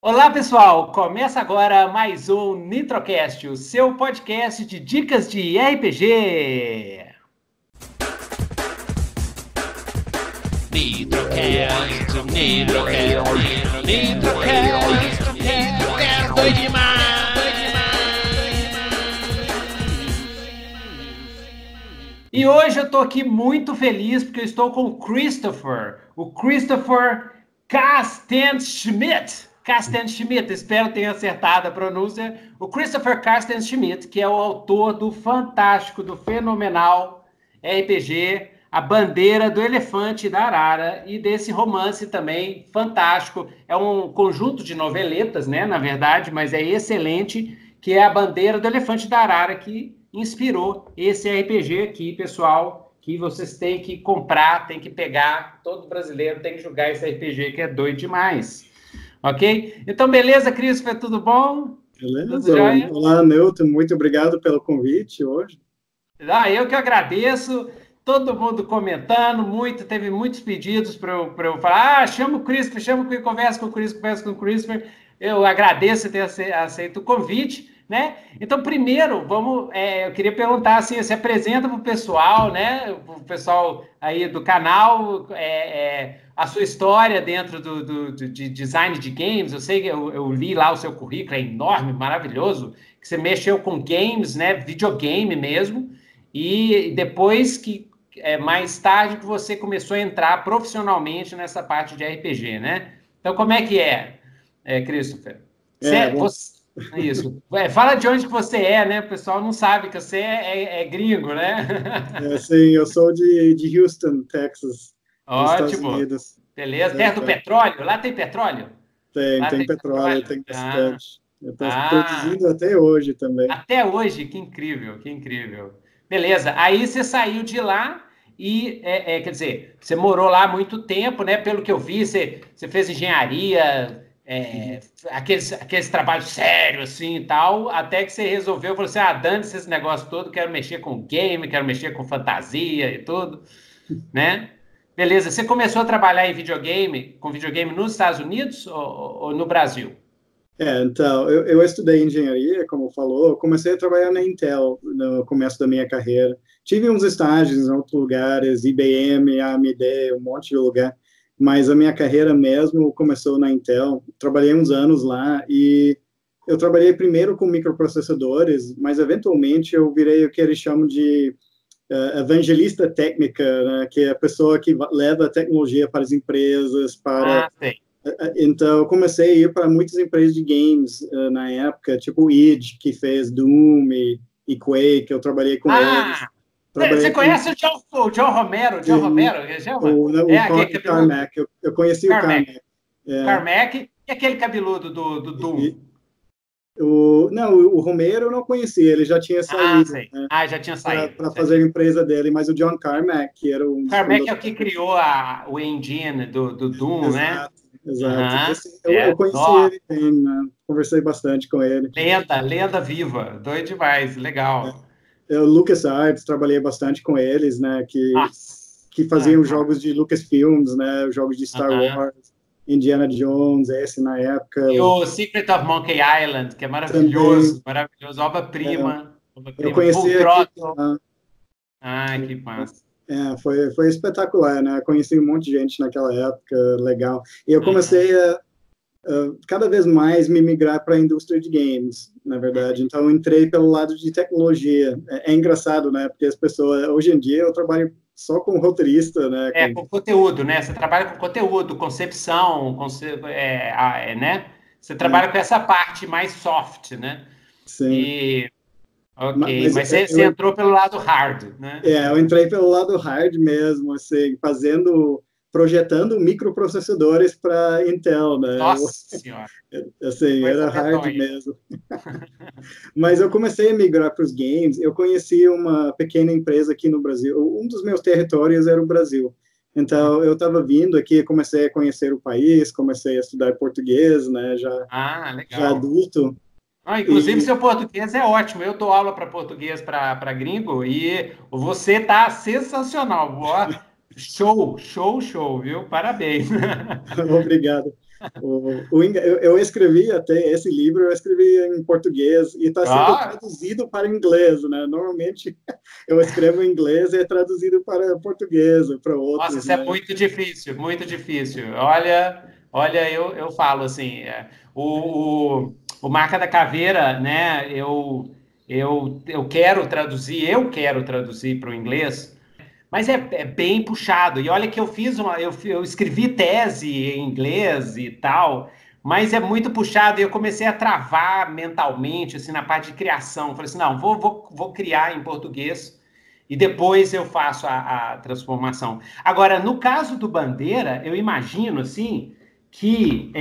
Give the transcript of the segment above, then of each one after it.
Olá, pessoal! Começa agora mais um Nitrocast, o seu podcast de dicas de RPG. Nitrocast, Nitrocast, doido demais, E hoje eu estou aqui muito feliz porque eu estou com o Christopher Carstenschmidt. Carstenschmidt, espero que tenha acertado a pronúncia. O Christopher Carstenschmidt, que é o autor do fantástico, do fenomenal RPG A Bandeira do Elefante e da Arara, e desse romance também fantástico. É um conjunto de noveletas, né, na verdade, mas é excelente, que é A Bandeira do Elefante e da Arara, que inspirou esse RPG aqui, pessoal, que vocês têm que comprar, têm que pegar, todo brasileiro tem que jogar esse RPG, que é doido demais. Ok? Então, beleza, Christopher, tudo bom? Beleza? Tudo jóia? Olá, Newton, muito obrigado pelo convite hoje. Eu que agradeço, todo mundo comentando, teve muitos pedidos para eu falar, chama o Christopher, conversa com o Christopher. Eu agradeço ter aceito o convite, né? Então, primeiro, eu queria perguntar assim, se apresenta para o pessoal, né? O pessoal aí do canal, a sua história dentro de design de games. Eu sei que eu li lá o seu currículo, é enorme, maravilhoso, que você mexeu com games, né? Videogame mesmo. E depois mais tarde que você começou a entrar profissionalmente nessa parte de RPG, né? Então, como é que Christopher? Isso. Fala de onde que você é, né? O pessoal não sabe que você é gringo, né? Sim, eu sou de Houston, Texas, nos Estados Ótimo. Unidos. Beleza. Terra do petróleo? Lá tem petróleo? Tem petróleo, tem bastante. Eu estou produzindo até hoje também. Até hoje? Que incrível, que incrível. Beleza. Aí você saiu de lá e, quer dizer, você morou lá há muito tempo, né? Pelo que eu vi, você fez engenharia, aqueles trabalhos sérios, assim, e tal, até que você resolveu, falou assim, dane-se esse negócio todo, quero mexer com game, quero mexer com fantasia e tudo, né? Beleza. Você começou a trabalhar com videogame nos Estados Unidos ou no Brasil? Então, eu estudei engenharia, como falou, comecei a trabalhar na Intel no começo da minha carreira. Tive uns estágios em outros lugares, IBM, AMD, um monte de lugar, mas a minha carreira mesmo começou na Intel. Trabalhei uns anos lá e eu trabalhei primeiro com microprocessadores, mas eventualmente eu virei o que eles chamam de evangelista técnica, né, que é a pessoa que leva a tecnologia para as empresas, para... Então, eu comecei a ir para muitas empresas de games na época, tipo o id, que fez Doom e Quake, eu trabalhei com eles. Você conhece o John Romero? O Carmack, eu conheci o Carmack. Carmack e aquele cabeludo do Doom. O Romero eu não conhecia, ele já tinha saído. Já tinha saído. Para fazer a empresa dele, mas o John Carmack, que era um... Carmack é o que criou o engine do Doom, exato, né? Exato. Eu conheci ele bem, né? Conversei bastante com ele. Lenda viva, doido demais, legal. Eu LucasArts, trabalhei bastante com eles, né? Que faziam jogos de Lucasfilms, né? Jogos de Star Wars, Indiana Jones, esse na época. E o Secret of Monkey Island, que é maravilhoso, maravilhoso, obra-prima. Eu conheci aqui. Que massa. Foi espetacular, né? Conheci um monte de gente naquela época, legal. E eu comecei a cada vez mais me migrar para a indústria de games, na verdade. Então, eu entrei pelo lado de tecnologia. É engraçado, né? Porque as pessoas... Hoje em dia, eu trabalho só como roteirista, né? Com conteúdo, né? Você trabalha com conteúdo, concepção, né? Você trabalha com essa parte mais soft, né? Sim. Mas você entrou pelo lado hard, né? Eu entrei pelo lado hard mesmo, assim, projetando microprocessadores para Intel, né? Nossa Senhora! Assim, era hard mesmo. Mas eu comecei a migrar para os games, eu conheci uma pequena empresa aqui no Brasil, um dos meus territórios era o Brasil. Então, eu estava vindo aqui, comecei a conhecer o país, comecei a estudar português, né? Legal. Já adulto. Inclusive, seu português é ótimo. Eu dou aula para português para gringo e você tá sensacional. Show, viu? Parabéns. Obrigado. Eu escrevi até esse livro, eu escrevi em português e está sendo Ah, traduzido para inglês, né? Normalmente eu escrevo em inglês e é traduzido para português, para nossa, outros, isso é né? muito difícil, muito difícil. Olha, eu falo assim, o Marca da Caveira, né? Eu quero traduzir para o inglês, mas é bem puxado. E olha que eu escrevi tese em inglês e tal, mas é muito puxado. E eu comecei a travar mentalmente, assim, na parte de criação. Falei assim, não, vou criar em português e depois eu faço a transformação. Agora, no caso do Bandeira, eu imagino, assim, que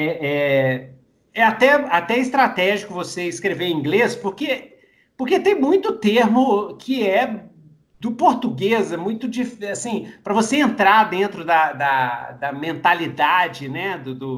é até estratégico você escrever em inglês, porque tem muito termo que é do português, é muito difícil, assim, para você entrar dentro da mentalidade, né,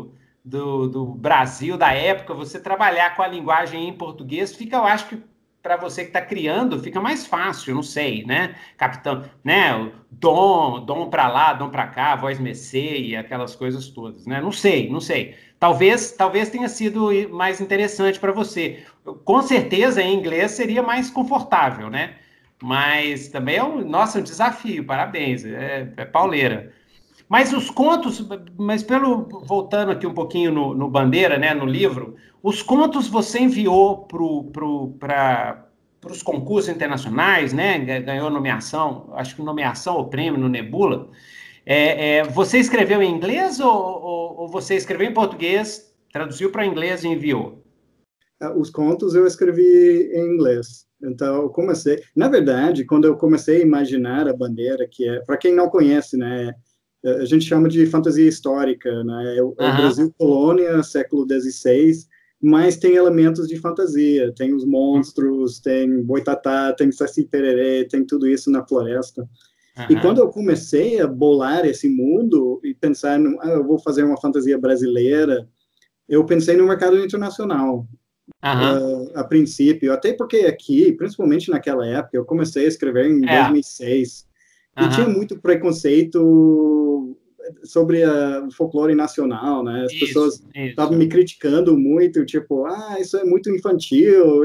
do Brasil, da época, você trabalhar com a linguagem em português, fica, eu acho que para você que está criando, fica mais fácil, não sei, né? Capitão, né? O dom para lá, dom para cá, voz mecê e aquelas coisas todas, né? Não sei, não sei. Talvez tenha sido mais interessante para você. Com certeza, em inglês seria mais confortável, né? Mas também nossa, um desafio, parabéns, é pauleira. Mas os contos, voltando aqui um pouquinho no Bandeira, né, no livro, os contos você enviou para os concursos internacionais, né, ganhou nomeação, acho que nomeação ou prêmio no Nebula. Você escreveu em inglês ou você escreveu em português, traduziu para inglês e enviou? Os contos eu escrevi em inglês. Então, eu comecei. Na verdade, quando eu comecei a imaginar a bandeira, que é, para quem não conhece, né, a gente chama de fantasia histórica, né, é o Brasil colônia, século XVI, mas tem elementos de fantasia, tem os monstros, tem boitatá, tem saci pererê, tem tudo isso na floresta. E quando eu comecei a bolar esse mundo e pensar, eu vou fazer uma fantasia brasileira, eu pensei no mercado internacional a princípio, até porque aqui, principalmente naquela época, eu comecei a escrever em 2006 e tinha muito preconceito sobre o folclore nacional, né? As pessoas estavam me criticando muito, tipo, isso é muito infantil,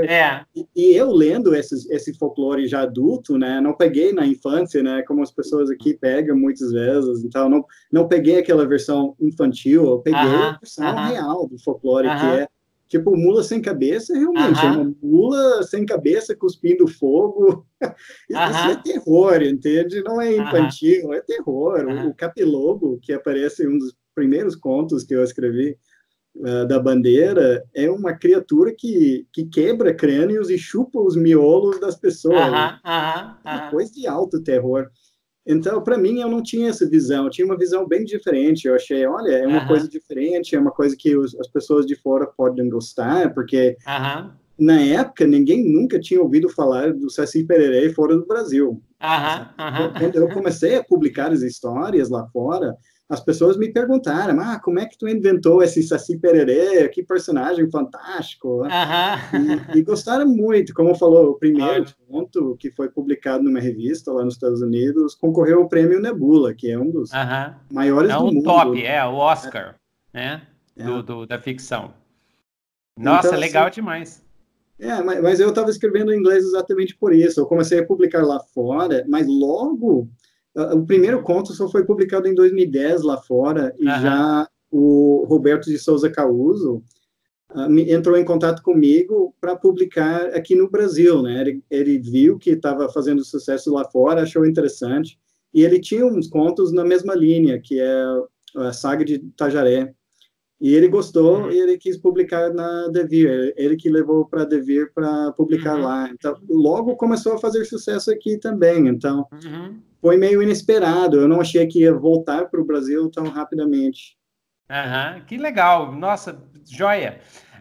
E eu lendo esse folclore já adulto, né? Não peguei na infância, né? Como as pessoas aqui pegam muitas vezes, então não peguei aquela versão infantil, eu peguei a versão real do folclore, que é tipo, mula sem cabeça, realmente, é uma mula sem cabeça cuspindo fogo. Isso é terror, entende? Não é infantil, é terror. O Capilobo, que aparece em um dos primeiros contos que eu escrevi da Bandeira, é uma criatura que quebra crânios e chupa os miolos das pessoas. Uma coisa de alto terror. Então, para mim, eu não tinha essa visão, eu tinha uma visão bem diferente. Eu achei, olha, é uma coisa diferente, é uma coisa que as pessoas de fora podem gostar, porque na época ninguém nunca tinha ouvido falar do Saci Pererê fora do Brasil. Quando eu comecei a publicar as histórias lá fora, as pessoas me perguntaram, como é que tu inventou esse Saci Pererê? Que personagem fantástico! E gostaram muito, como falou, o primeiro conto que foi publicado numa revista lá nos Estados Unidos concorreu ao prêmio Nebula, que é um dos maiores do mundo. Top, o Oscar, né, da ficção. Nossa, então, legal assim, demais. Mas eu estava escrevendo em inglês exatamente por isso. Eu comecei a publicar lá fora, mas logo o primeiro conto só foi publicado em 2010 lá fora, e já o Roberto de Souza Causo entrou em contato comigo para publicar aqui no Brasil, né? Ele viu que estava fazendo sucesso lá fora, achou interessante, e ele tinha uns contos na mesma linha, que é a Saga de Tajaré. E ele gostou e ele quis publicar na Devir. Ele que levou para a Devir para publicar lá. Então, logo começou a fazer sucesso aqui também. Então, foi meio inesperado. Eu não achei que ia voltar para o Brasil tão rapidamente. Que legal. Nossa, joia.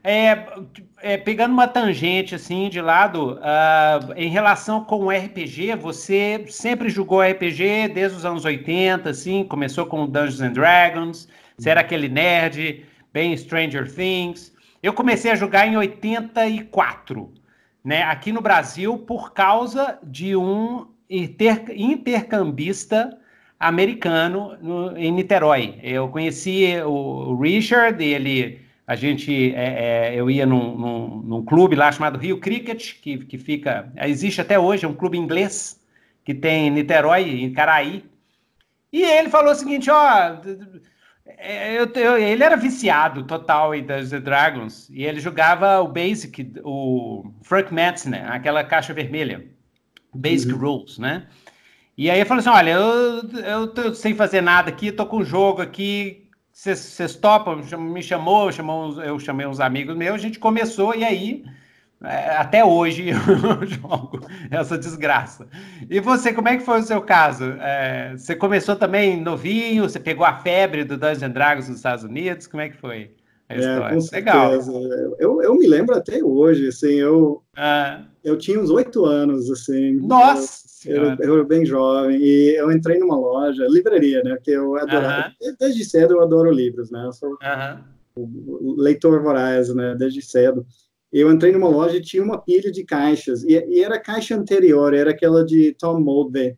Pegando uma tangente assim de lado, em relação com o RPG, você sempre jogou RPG desde os anos 80, assim, começou com Dungeons and Dragons, você era aquele nerd, bem Stranger Things. Eu comecei a jogar em 84, né, aqui no Brasil, por causa de um intercambista americano em Niterói. Eu conheci o Richard, eu ia num clube lá chamado Rio Cricket, que existe até hoje, é um clube inglês que tem em Niterói, em Caraí. E ele falou o seguinte, ele era viciado total em Dungeons and Dragons, e ele jogava o Basic, o Frank Metzner, aquela caixa vermelha, Basic Rules, né? E aí ele falou assim, olha, eu tô sem fazer nada aqui, tô com um jogo aqui, vocês topam? Me chamou, eu chamei uns amigos meus, a gente começou, e aí, até hoje, eu jogo essa desgraça. E você, como é que foi o seu caso? Você começou também novinho, você pegou a febre do Dungeons and Dragons nos Estados Unidos, como é que foi a história? Com certeza. Legal. Eu me lembro até hoje, assim, eu tinha uns 8 anos, assim. Nossa! Eu era bem jovem, e eu entrei numa loja, livraria, né, que eu adorava, desde cedo eu adoro livros, né, eu sou leitor voraz, né, desde cedo. Eu entrei numa loja e tinha uma pilha de caixas, e era a caixa anterior, era aquela de Tom Moldvay,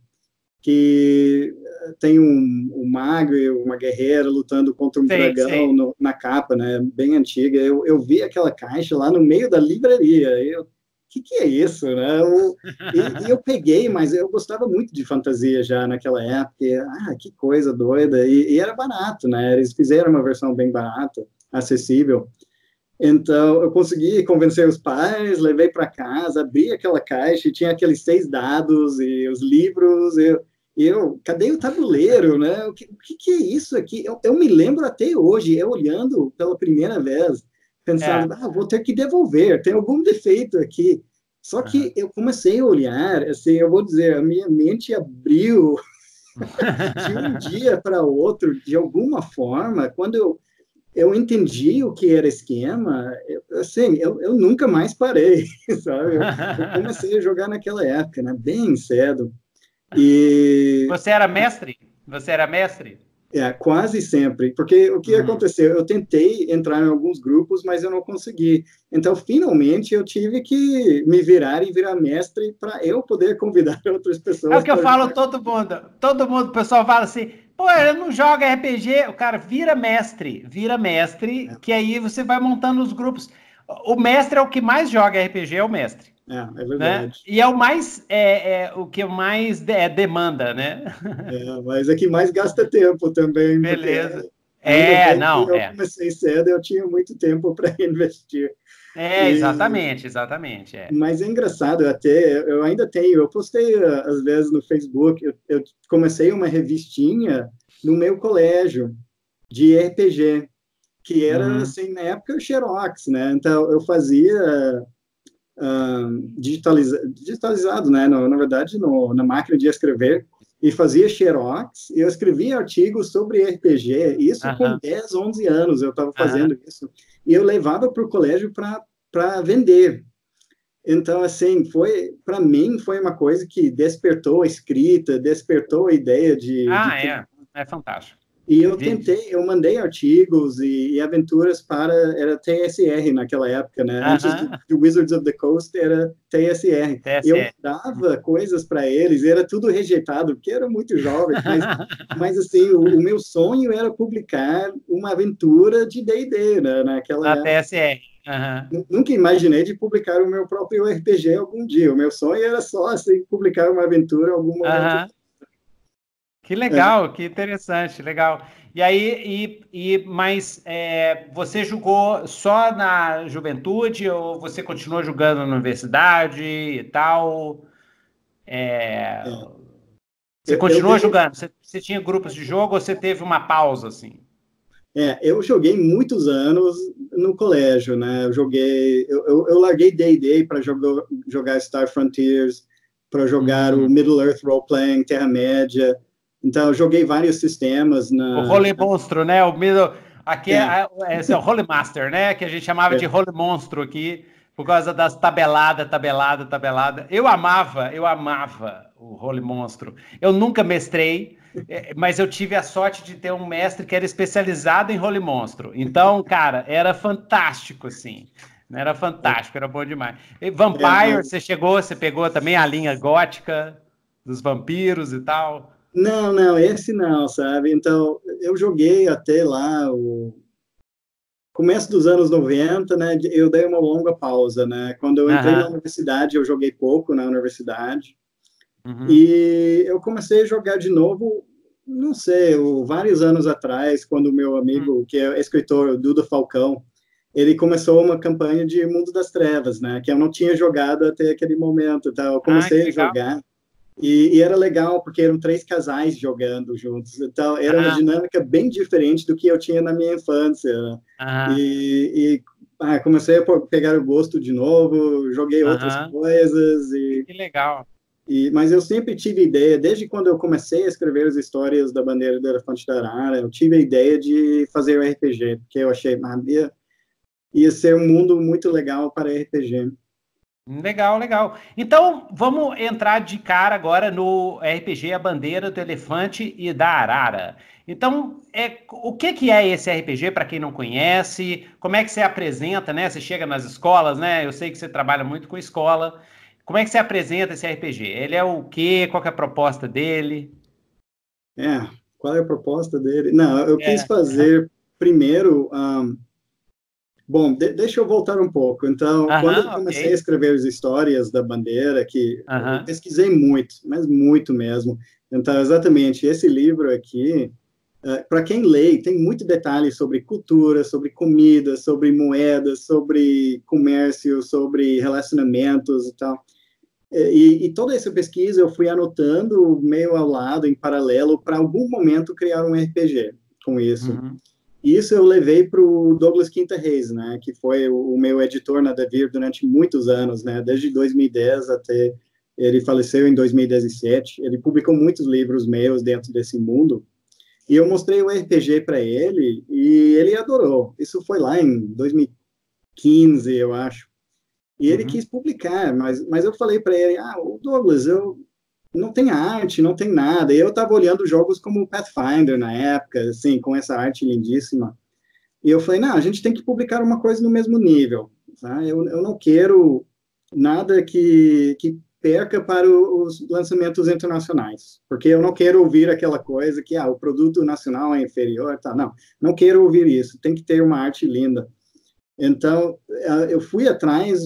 que tem um mago e uma guerreira lutando contra um dragão na capa, né, bem antiga. Eu vi aquela caixa lá no meio da livraria, que é isso, né? Eu peguei, mas eu gostava muito de fantasia já naquela época. Que coisa doida. E era barato, né? Eles fizeram uma versão bem barata, acessível. Então, eu consegui convencer os pais, levei para casa, abri aquela caixa e tinha aqueles 6 dados e os livros. Cadê o tabuleiro, né? O que é isso aqui? Eu me lembro até hoje, eu olhando pela primeira vez, pensando, vou ter que devolver, tem algum defeito aqui. Só que eu comecei a olhar, assim, eu vou dizer, a minha mente abriu de um dia para outro, de alguma forma, quando eu entendi o que era esquema, eu nunca mais parei, sabe? Eu comecei a jogar naquela época, né? Bem cedo. E... Você era mestre? Você era mestre? Quase sempre, porque o que aconteceu? Eu tentei entrar em alguns grupos, mas eu não consegui. Então, finalmente, eu tive que me virar e virar mestre para eu poder convidar outras pessoas. É o que eu falo todo mundo, o pessoal fala assim, pô, eu não jogo RPG, o cara vira mestre, que aí você vai montando os grupos. O mestre é o que mais joga RPG, é o mestre. É verdade. Né? E é o mais, o que mais demanda, né? Mas é que mais gasta tempo também. Beleza. Eu comecei cedo, eu tinha muito tempo para investir. Exatamente. Mas é engraçado, eu ainda tenho, eu postei às vezes no Facebook, eu comecei uma revistinha no meu colégio de RPG, que era, assim, na época, o Xerox, né? Então, eu fazia... digitalizado, né? Na verdade, na máquina de escrever, e fazia xerox, e eu escrevia artigos sobre RPG, isso com 10, 11 anos eu estava fazendo isso, e eu levava para o colégio para vender. Então, assim, para mim, foi uma coisa que despertou a escrita, despertou a ideia de... É fantástico. E eu mandei artigos e aventuras era TSR naquela época, né? Antes do Wizards of the Coast era TSR. E eu mandava coisas para eles, e era tudo rejeitado, porque era muito jovem, mas assim, o meu sonho era publicar uma aventura de D&D, né? Naquela época. TSR. Nunca imaginei de publicar o meu próprio RPG algum dia. O meu sonho era só, assim, publicar uma aventura algum momento. Que legal, que interessante, legal. E aí, mas você jogou só na juventude ou você continuou jogando na universidade e tal? Você continuou jogando? Você tinha grupos de jogo ou você teve uma pausa, assim? Eu joguei muitos anos no colégio, né? Eu larguei D&D para jogar Star Frontiers, para jogar o Middle-earth Role-Playing, Terra-média. Então, eu joguei vários sistemas. O Holy Monstro, né? Aqui esse é o Holy Master, né? Que a gente chamava de Holy Monstro aqui, por causa das tabelada. Eu amava o Holy Monstro. Eu nunca mestrei, mas eu tive a sorte de ter um mestre que era especializado em Holy Monstro. Então, cara, era fantástico, assim. Era fantástico, era bom demais. E Vampire, você pegou também a linha gótica dos vampiros e tal? Não, esse não, sabe? Então, eu joguei até lá o começo dos anos 90, né? Eu dei uma longa pausa, né? Quando eu entrei na Aham. universidade, eu joguei pouco na universidade. Uhum. E eu comecei a jogar de novo, não sei, vários anos atrás, quando o meu Uhum. amigo, que é escritor, o Duda Falcão, ele começou uma campanha de Mundo das Trevas, né? Que eu não tinha jogado até aquele momento. Então, eu Ah, que comecei a legal. jogar. E era legal, porque eram três casais jogando juntos. Então, era uma Ah, dinâmica bem diferente do que eu tinha na minha infância, né? aham, E comecei a pegar o gosto de novo, joguei outras aham. coisas, Que legal. mas eu sempre tive ideia, desde quando eu comecei a escrever as histórias da Bandeira do Elefante da Arara, eu tive a ideia de fazer o RPG, porque eu achei, ia ser um mundo muito legal para RPG. Legal, legal. Então, vamos entrar de cara agora no RPG A Bandeira do Elefante e da Arara. Então, o que que é esse RPG para quem não conhece? Como é que você apresenta, né? Você chega nas escolas, né? Eu sei que você trabalha muito com escola. Como é que você apresenta esse RPG? Ele é o quê? Qual que é a proposta dele? É, qual é a proposta dele? Não, eu quis É. fazer primeiro. Bom, deixa eu voltar um pouco. Então, quando eu Aham, comecei a ok. escrever as histórias da Bandeira, que eu Aham. pesquisei muito, mas muito mesmo. Então, exatamente, esse livro aqui, para quem lê, tem muito detalhe sobre cultura, sobre comida, sobre moedas, sobre comércio, sobre relacionamentos e tal. E toda essa pesquisa eu fui anotando meio ao lado, em paralelo, para algum momento criar um RPG com isso. Uhum. E isso eu levei para o Douglas Quinta Reis, né, que foi o meu editor na Devir durante muitos anos, né, desde 2010 até ele faleceu em 2017. Ele publicou muitos livros meus dentro desse mundo. E eu mostrei o RPG para ele e ele adorou. Isso foi lá em 2015, eu acho. E ele quis Uhum. publicar, mas eu falei para ele, o Douglas, eu não tem arte, não tem nada. E eu estava olhando jogos como Pathfinder na época, assim, com essa arte lindíssima. E eu falei, não, a gente tem que publicar uma coisa no mesmo nível, tá? Eu não quero nada que perca para os lançamentos internacionais, porque eu não quero ouvir aquela coisa que, o produto nacional é inferior, tá? Não quero ouvir isso, tem que ter uma arte linda. Então, eu fui atrás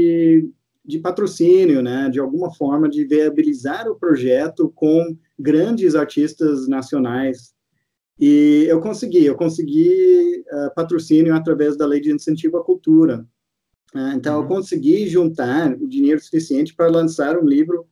de patrocínio, né, de alguma forma de viabilizar o projeto com grandes artistas nacionais. E eu consegui patrocínio através da Lei de Incentivo à Cultura. Então, eu Uhum. consegui juntar o dinheiro suficiente para lançar um livro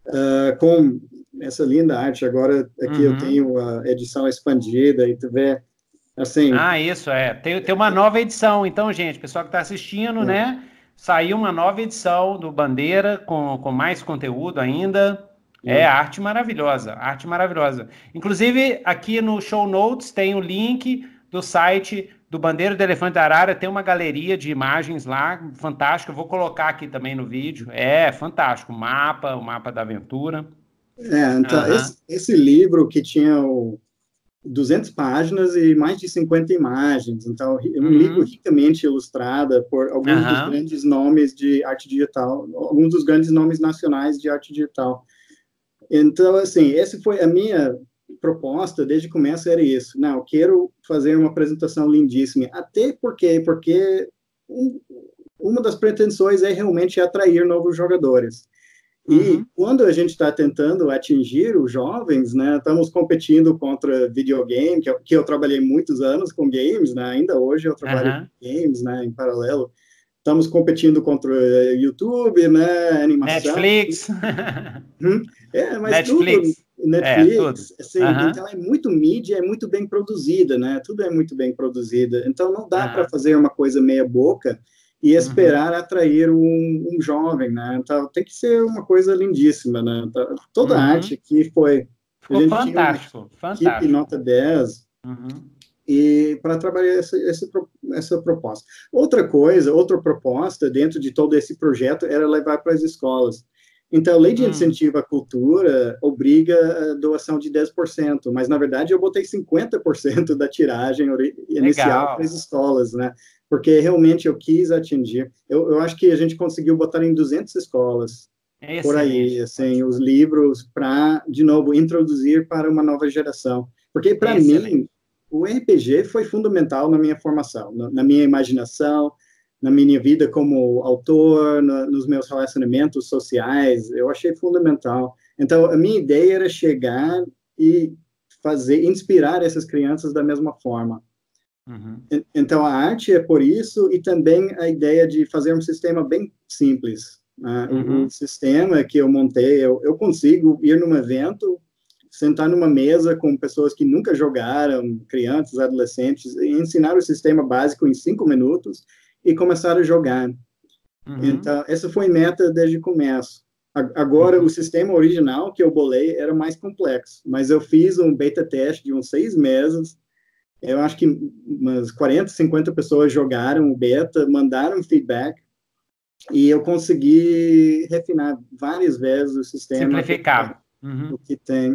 com essa linda arte. Agora, aqui eu Uhum. tenho a edição expandida e tu vê, assim, Ah, isso é. Tem uma nova edição. Então, gente, pessoal que está assistindo, é, né? Saiu uma nova edição do Bandeira com mais conteúdo ainda. É é. arte maravilhosa, arte maravilhosa. Inclusive, aqui no show notes tem o link do site do Bandeira do Elefante da Arara. Tem uma galeria de imagens lá, fantástico. Eu vou colocar aqui também no vídeo. É fantástico. O mapa da aventura. Então, Aham, esse livro que tinha 200 páginas e mais de 50 imagens, então é um livro uhum, ricamente ilustrado por alguns dos aham, grandes nomes de arte digital, alguns dos grandes nomes nacionais de arte digital. Então, assim, essa foi a minha proposta desde o começo, era isso. Não, eu quero fazer uma apresentação lindíssima, até porque um, uma das pretensões é realmente atrair novos jogadores. E uhum, quando a gente está tentando atingir os jovens, né, estamos competindo contra videogame, que eu trabalhei muitos anos com games, né, ainda hoje eu trabalho com aham. games, né, em paralelo. Estamos competindo contra YouTube, né, animação. Netflix. Uhum. Mas tudo, Netflix. É, tudo. Netflix, assim, Aham, então é muito mídia, é muito bem produzida, né? Tudo é muito bem produzida. Então não dá para aham, fazer uma coisa meia boca e uhum, esperar atrair um jovem, né? Então tem que ser uma coisa lindíssima, né? Então, toda a arte uhum. aqui foi, a Ficou gente tinha uma fantástico, equipe fantástico. nota 10 Uhum, e para trabalhar essa proposta. Outra proposta dentro de todo esse projeto era levar para as escolas. Então, a lei de hum, incentivo à cultura obriga a doação de 10%, mas, na verdade, eu botei 50% da tiragem inicial para as legal. escolas, né? Porque realmente eu quis atingir. Eu acho que a gente conseguiu botar em 200 escolas. por aí, assim, os livros para, de novo, introduzir para uma nova geração. Porque, para mim, o RPG foi fundamental na minha formação, na minha imaginação, na minha vida como autor, nos meus relacionamentos sociais, eu achei fundamental. Então, a minha ideia era chegar e inspirar essas crianças da mesma forma. Uhum. Então, a arte é por isso, e também a ideia de fazer um sistema bem simples. O sistema que eu montei, eu consigo ir num evento, sentar numa mesa com pessoas que nunca jogaram, crianças, adolescentes, e ensinar o sistema básico em 5 minutos e começar a jogar. Então, essa foi meta desde o começo. Agora, o sistema original que eu bolei era mais complexo, mas eu fiz um beta teste de uns 6 meses. Eu acho que umas 40, 50 pessoas jogaram o beta, mandaram feedback, e eu consegui refinar várias vezes o sistema. Simplificar. O que tem.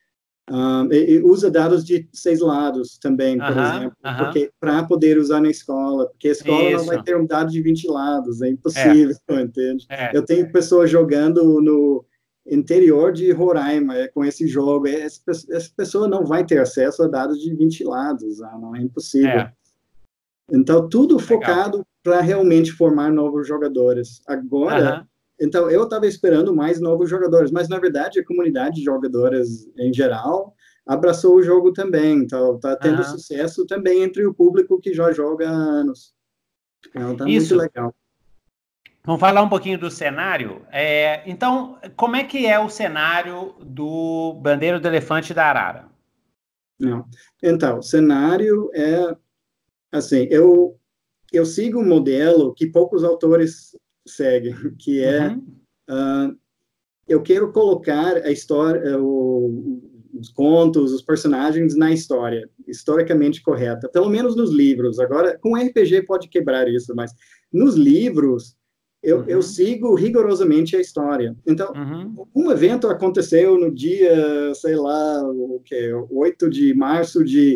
E usa dados de 6 lados também, por exemplo, porque para poder usar na escola, porque a escola não vai ter um dado de 20 lados, é impossível, entende? Eu tenho pessoas jogando no interior de Roraima com esse jogo, essa pessoa não vai ter acesso a dados de 20 lados, não é impossível. Então, tudo focado para realmente formar novos jogadores. Agora, então, eu estava esperando mais novos jogadores, mas, na verdade, a comunidade de jogadores, em geral, abraçou o jogo também. Então, está tendo sucesso também entre o público que já joga há anos. Então, está muito legal. Vamos falar um pouquinho do cenário. Então, como é que é o cenário do Bandeira do Elefante da Arara? Então, o cenário é, assim, eu sigo um modelo que poucos autores seguem, que é, eu quero colocar a história, os contos, os personagens na história, historicamente correta, pelo menos nos livros. Agora, com RPG pode quebrar isso, mas nos livros, eu sigo rigorosamente a história. Então, um evento aconteceu no dia, sei lá, 8 de março de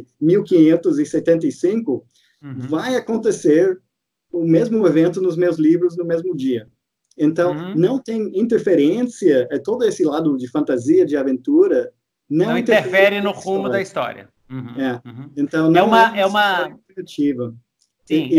1575, vai acontecer o mesmo evento nos meus livros no mesmo dia. Então, não tem interferência, todo esse lado de fantasia, de aventura, não interfere no rumo da história. Então, não é uma criativa. Sim,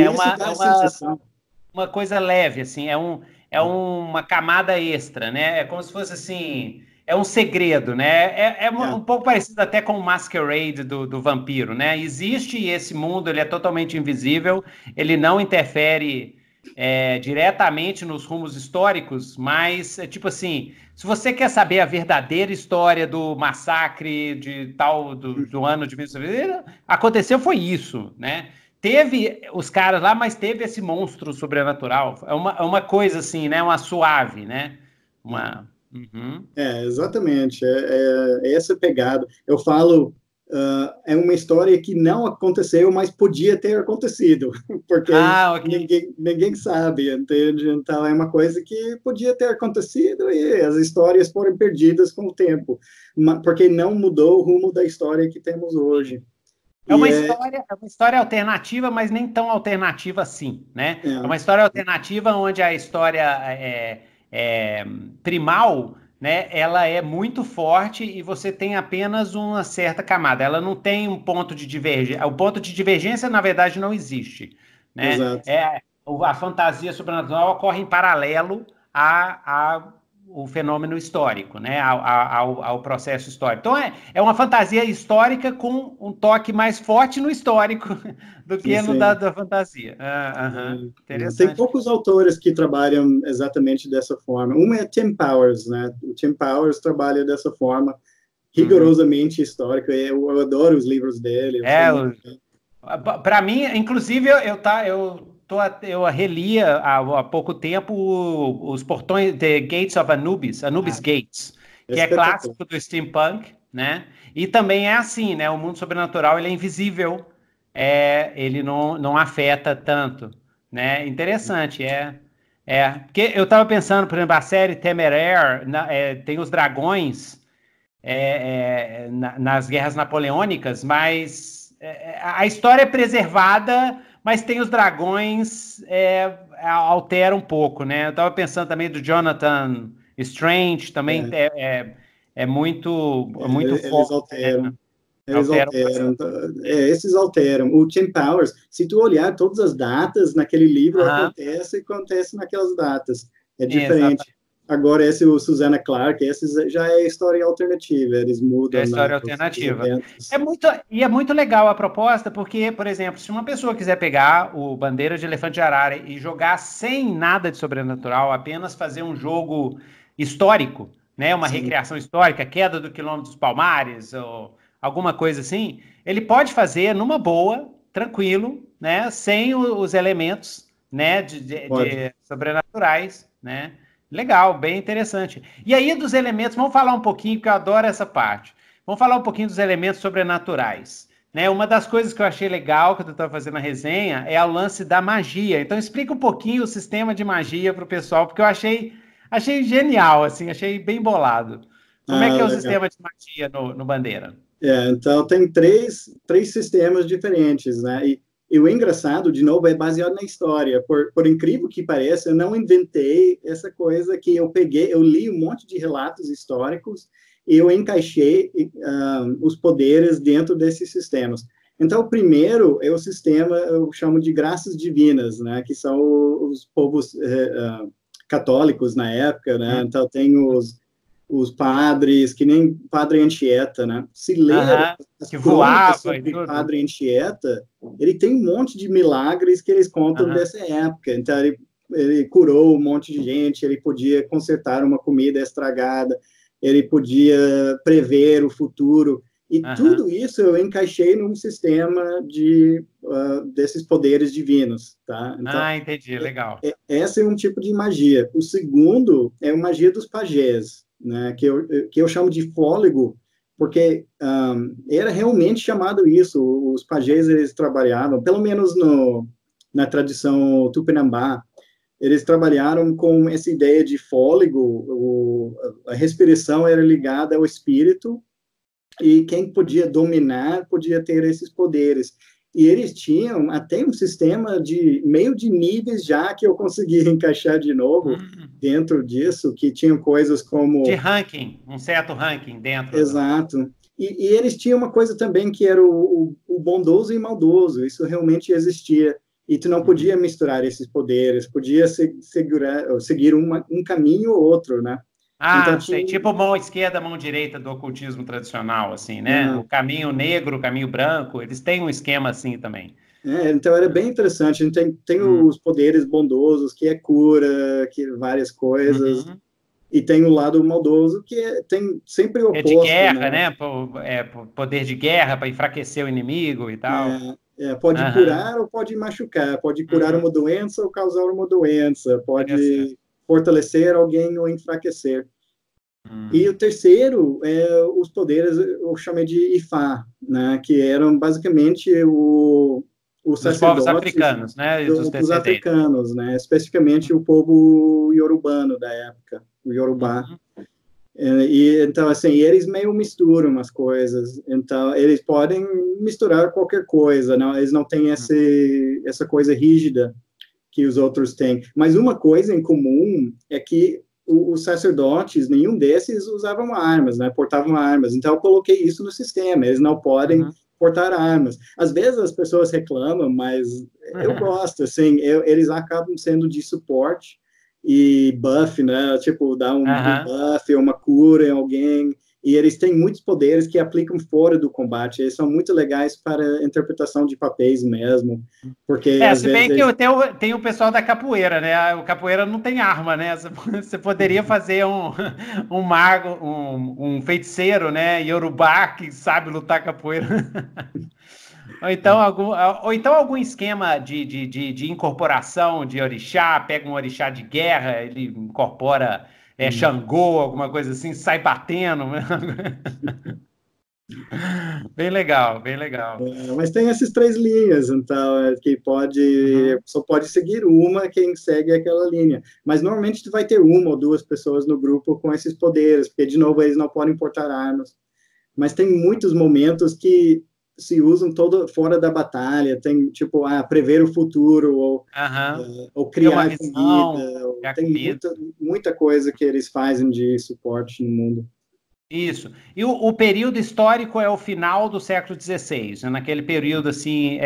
uma coisa leve, assim, é uma camada extra, né? É como se fosse assim, é um segredo, né? Um pouco parecido até com o Masquerade do vampiro, né? Existe esse mundo, ele é totalmente invisível, ele não interfere diretamente nos rumos históricos, mas tipo assim, se você quer saber a verdadeira história do massacre de tal do ano de 1900, aconteceu foi isso, né? Teve os caras lá, mas teve esse monstro sobrenatural. É uma coisa assim, né? Uma suave, né? Exatamente. É essa pegada. Eu falo, é uma história que não aconteceu, mas podia ter acontecido, porque ninguém sabe, entende? Então, é uma coisa que podia ter acontecido e as histórias foram perdidas com o tempo, porque não mudou o rumo da história que temos hoje. É uma história alternativa, mas nem tão alternativa assim, né? É uma história alternativa onde a história primal, né? Ela é muito forte e você tem apenas uma certa camada. Ela não tem um ponto de divergência. O ponto de divergência, na verdade, não existe, né? Exato. A fantasia sobrenatural ocorre em paralelo o fenômeno histórico, né, ao processo histórico. Então, é uma fantasia histórica com um toque mais forte no histórico do que no da fantasia. Interessante. Tem poucos autores que trabalham exatamente dessa forma. Um é Tim Powers, né? O Tim Powers trabalha dessa forma, rigorosamente histórica. Eu adoro os livros dele. Para mim, inclusive, eu relia há pouco tempo os portões The Gates of Anubis Gates, que é clássico do steampunk, né? E também é assim, né? O mundo sobrenatural ele é invisível, ele não afeta tanto, né? Interessante, porque eu estava pensando, por exemplo, a série Temeraire tem os dragões nas guerras napoleônicas, mas a história é preservada, mas tem os dragões, altera um pouco, né? Eu estava pensando também do Jonathan Strange também é muito Eles forte, alteram. né? Eles alteram. Esses alteram. O Tim Powers, se tu olhar todas as datas naquele livro, acontece naquelas datas. É diferente. Exatamente. Agora, esse o Susanna Clark, esse já é história alternativa, eles mudam É história os alternativa. eventos. É muito legal a proposta, porque, por exemplo, se uma pessoa quiser pegar o Bandeira de Elefante de Arara e jogar sem nada de sobrenatural, apenas fazer um jogo histórico, né, uma recriação histórica, queda do quilômetro dos Palmares, ou alguma coisa assim, ele pode fazer numa boa, tranquilo, né, sem os elementos, né, de sobrenaturais, né? Legal, bem interessante. E aí, dos elementos, vamos falar um pouquinho, porque eu adoro essa parte. Vamos falar um pouquinho dos elementos sobrenaturais. Né? Uma das coisas que eu achei legal, que eu estava fazendo a resenha, é o lance da magia. Então, explica um pouquinho o sistema de magia para o pessoal, porque eu achei genial, assim, achei bem bolado. Como é que é o sistema de magia no Bandeira? Então, tem três sistemas diferentes, né? E o engraçado, de novo, é baseado na história. Por incrível que pareça, eu não inventei essa coisa que eu li um monte de relatos históricos e eu encaixei os poderes dentro desses sistemas. Então, o primeiro é o sistema, eu chamo de graças divinas, né? Que são os povos católicos na época, né? Então, tem os padres, que nem Padre Anchieta, né? Se ler as crônicas sobre Padre Anchieta, ele tem um monte de milagres que eles contam dessa época. Então, ele curou um monte de gente, ele podia consertar uma comida estragada, ele podia prever o futuro. E tudo isso eu encaixei num sistema desses poderes divinos, tá? Então, entendi, legal. Esse é um tipo de magia. O segundo é a magia dos pajés, né, que eu chamo de fôlego, porque era realmente chamado isso. Os pajés, eles trabalhavam, pelo menos na tradição tupinambá, eles trabalharam com essa ideia de fôlego, a respiração era ligada ao espírito, e quem podia dominar podia ter esses poderes. E eles tinham até um sistema meio de níveis já que eu consegui encaixar de novo dentro disso, que tinham coisas como... De ranking, um certo ranking dentro. Exato. E eles tinham uma coisa também que era o bondoso e maldoso, isso realmente existia. E tu não podia misturar esses poderes, podia seguir um caminho ou outro, né? Então, sei, tipo mão esquerda, mão direita do ocultismo tradicional, assim, né? O caminho negro, o caminho branco, eles têm um esquema assim também. Então era bem interessante. A gente tem os poderes bondosos, que é cura, que várias coisas, e tem o lado maldoso, que tem sempre o oposto. É de guerra, né? Poder de guerra para enfraquecer o inimigo e tal. Pode curar ou pode machucar, pode curar uma doença ou causar uma doença, pode fortalecer alguém ou enfraquecer. E o terceiro é os poderes, eu chamei de Ifá, né, que eram basicamente os sacerdotes povos africanos, né, dos africanos, né, especificamente o povo iorubano da época, o Yorubá. Então, assim, eles meio misturam as coisas, então eles podem misturar qualquer coisa, não, eles não têm essa coisa rígida que os outros têm. Mas uma coisa em comum é que os sacerdotes, nenhum desses usavam armas, né? Portavam armas. Então, eu coloquei isso no sistema. Eles não podem portar armas. Às vezes as pessoas reclamam, mas eu gosto, assim, eles acabam sendo de suporte e buff, né? Tipo, dar um buff, uma cura em alguém. E eles têm muitos poderes que aplicam fora do combate. Eles são muito legais para interpretação de papéis mesmo. Porque, às se bem vezes, que tem o pessoal da capoeira, né? O capoeira não tem arma, né? Você poderia fazer um mago, um feiticeiro, né? Yorubá, que sabe lutar capoeira. Ou então algum esquema de incorporação de orixá, pega um orixá de guerra, ele incorpora... Xangô, alguma coisa assim, sai batendo. Bem legal, bem legal. Mas tem essas três linhas, então, que só pode seguir uma quem segue aquela linha. Mas normalmente tu vai ter uma ou duas pessoas no grupo com esses poderes, porque, de novo, eles não podem portar armas. Mas tem muitos momentos que se usam todo fora da batalha, tem tipo prever o futuro ou criar comida, tem muita coisa que eles fazem de suporte no mundo. Isso. E o período histórico é o final do século XVI, né? Naquele período, assim,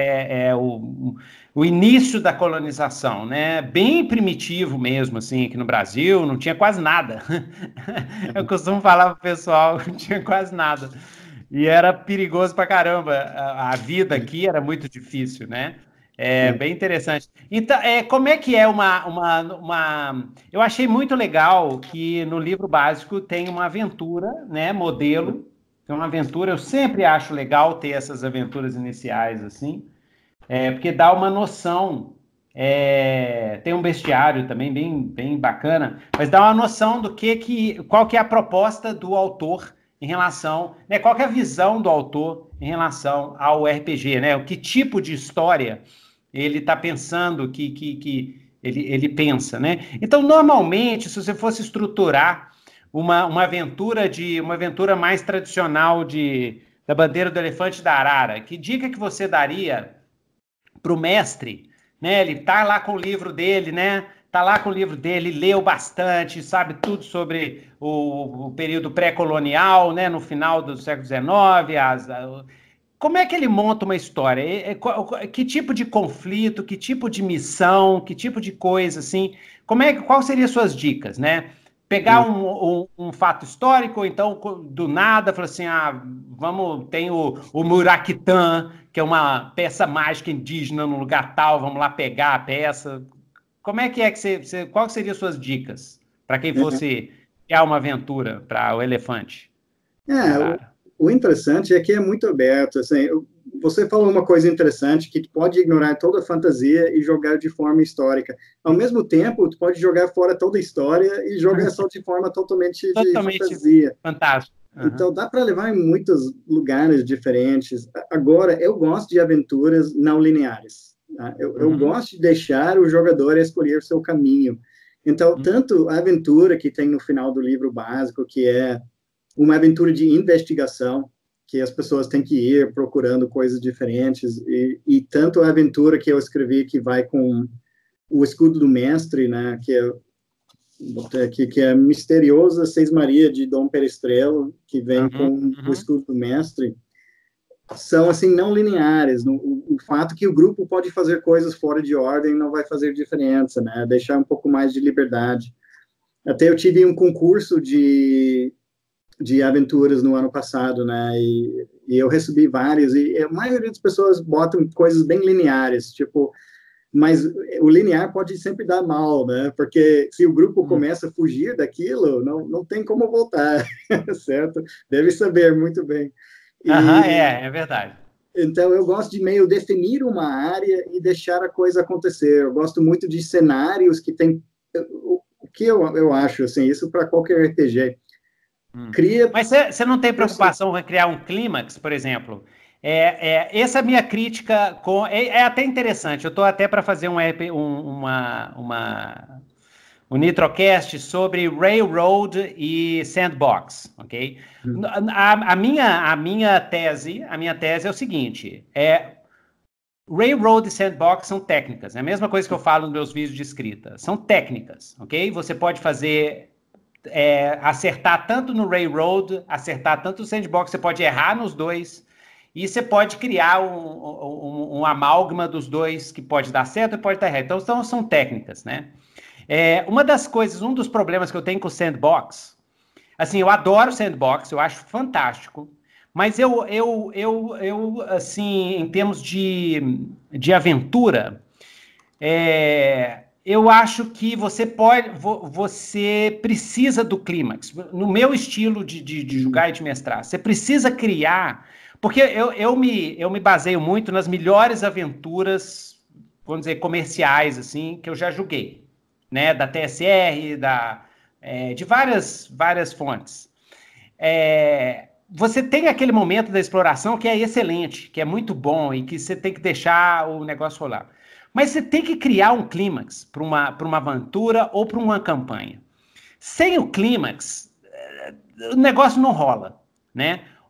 o início da colonização, né? Bem primitivo mesmo, assim, aqui no Brasil, não tinha quase nada. Eu costumo falar pro pessoal, não tinha quase nada. E era perigoso pra caramba. A vida aqui era muito difícil, né? Bem interessante. Então, como é que é Eu achei muito legal que no livro básico tem uma aventura, né? Modelo. Tem uma aventura, eu sempre acho legal ter essas aventuras iniciais, assim, porque dá uma noção. Tem um bestiário também bem bacana, mas dá uma noção do qual que é a proposta do autor em relação, né? Qual que é a visão do autor em relação ao RPG, né? Que tipo de história ele está pensando que ele pensa, né? Então, normalmente, se você fosse estruturar uma aventura mais tradicional da Bandeira do Elefante da Arara, que dica que você daria para o mestre, né? Ele tá lá com o livro dele, né? Tá lá com o livro dele, leu bastante, sabe tudo sobre o período pré-colonial, né? No final do século XIX, como é que ele monta uma história? Que tipo de conflito, que tipo de missão, que tipo de coisa, assim? Qual seriam as suas dicas, né? Pegar um fato histórico, ou então, do nada, falar assim, tem o Muraquitã, que é uma peça mágica indígena num lugar tal, vamos lá pegar a peça. Como é que quais seriam as suas dicas para quem fosse criar uma aventura para o elefante? O interessante é que é muito aberto, assim, você falou uma coisa interessante, que tu pode ignorar toda a fantasia e jogar de forma histórica. Ao mesmo tempo, tu pode jogar fora toda a história e jogar só de forma totalmente de fantasia. Fantástico. Então, dá para levar em muitos lugares diferentes. Agora, eu gosto de aventuras não lineares. Tá? Eu gosto de deixar o jogador escolher o seu caminho. Então, tanto a aventura que tem no final do livro básico, que é uma aventura de investigação, que as pessoas têm que ir procurando coisas diferentes, e tanto a aventura que eu escrevi, que vai com o escudo do mestre, né, que é a misteriosa Seis-Maria de Dom Perestrelo, que vem com o escudo do mestre, são, assim, não lineares. O fato que o grupo pode fazer coisas fora de ordem não vai fazer diferença, né, deixar um pouco mais de liberdade. Até eu tive um concurso de aventuras no ano passado, né, e eu recebi várias, e a maioria das pessoas botam coisas bem lineares, tipo, mas o linear pode sempre dar mal, né, porque se o grupo começa a fugir daquilo, não tem como voltar, certo? Deve saber muito bem. É verdade. Então, eu gosto de meio definir uma área e deixar a coisa acontecer. Eu gosto muito de cenários que tem... O que eu acho, assim, isso para qualquer RPG... Mas você não tem preocupação em criar um clímax, por exemplo? Essa é a minha crítica. É até interessante. Eu estou até para fazer um Nitrocast sobre Railroad e Sandbox, ok? A minha tese é o seguinte: Railroad e Sandbox são técnicas. É a mesma coisa que eu falo nos meus vídeos de escrita. São técnicas, ok? Você pode fazer... acertar tanto no Railroad, acertar tanto no Sandbox, você pode errar nos dois, e você pode criar um amálgama dos dois, que pode dar certo e pode dar errado. Então são técnicas, né? Um dos problemas que eu tenho com o Sandbox, assim, eu adoro Sandbox, eu acho fantástico, mas eu assim, em termos de aventura, eu acho que você precisa do clímax. No meu estilo de jogar e de mestrar, você precisa criar, porque eu me baseio muito nas melhores aventuras, vamos dizer, comerciais, assim, que eu já joguei, né, da TSR, de várias fontes. Você tem aquele momento da exploração que é excelente, que é muito bom e que você tem que deixar o negócio rolar. Mas você tem que criar um clímax para uma aventura ou para uma campanha. Sem o clímax, o negócio não rola, né?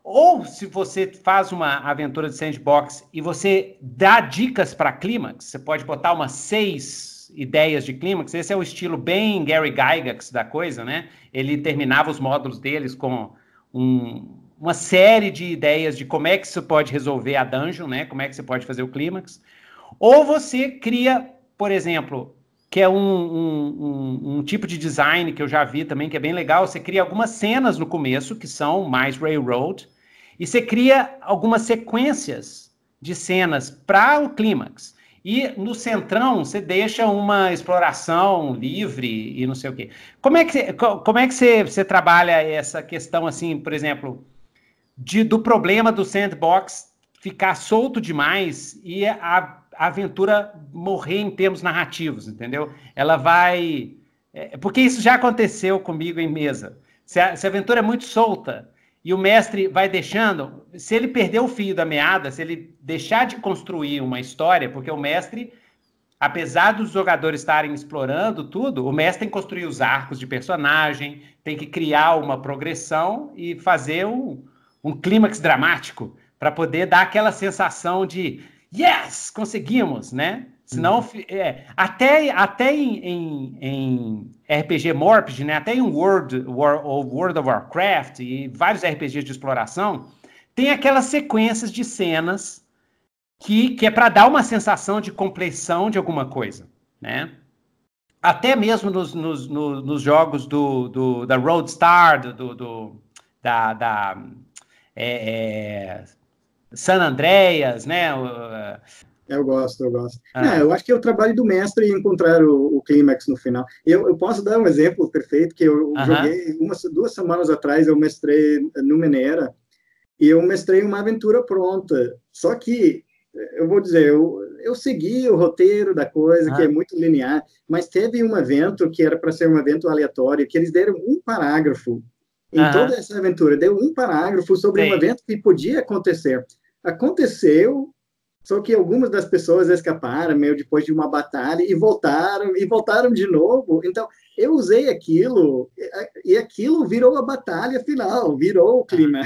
Ou se você faz uma aventura de sandbox e você dá dicas para clímax, você pode botar umas 6 ideias de clímax. Esse é o estilo bem Gary Gygax da coisa, né? Ele terminava os módulos deles com uma série de ideias de como é que você pode resolver a dungeon, né? Como é que você pode fazer o clímax. Ou você cria, por exemplo, que é um tipo de design que eu já vi também, que é bem legal. Você cria algumas cenas no começo, que são mais railroad, e você cria algumas sequências de cenas para o clímax. E no centrão, você deixa uma exploração livre e não sei o quê. Como é que você trabalha essa questão, assim, por exemplo, do problema do sandbox ficar solto demais e a aventura morrer em termos narrativos, entendeu? Ela vai... porque isso já aconteceu comigo em mesa. Se a aventura é muito solta e o mestre vai deixando... Se ele perder o fio da meada, se ele deixar de construir uma história, porque o mestre, apesar dos jogadores estarem explorando tudo, o mestre tem que construir os arcos de personagem, tem que criar uma progressão e fazer um clímax dramático para poder dar aquela sensação de yes, conseguimos, né? Senão, até em RPG Morpg, né? Até em World of Warcraft e vários RPGs de exploração, tem aquelas sequências de cenas que é para dar uma sensação de compleição de alguma coisa, né? Até mesmo nos jogos da Roadstar, da San Andreas, né? Eu gosto. Eu acho que é o trabalho do mestre encontrar o clímax no final. Eu posso dar um exemplo perfeito, que eu joguei 2 semanas atrás, eu mestrei Numenera, e eu mestrei uma aventura pronta. Só que, eu vou dizer, eu segui o roteiro da coisa, que é muito linear, mas teve um evento que era para ser um evento aleatório, que eles deram um parágrafo em toda essa aventura, deu um parágrafo sobre um evento que podia acontecer. Aconteceu, só que algumas das pessoas escaparam meio depois de uma batalha e voltaram de novo. Então, eu usei aquilo, e aquilo virou a batalha final, virou o clima.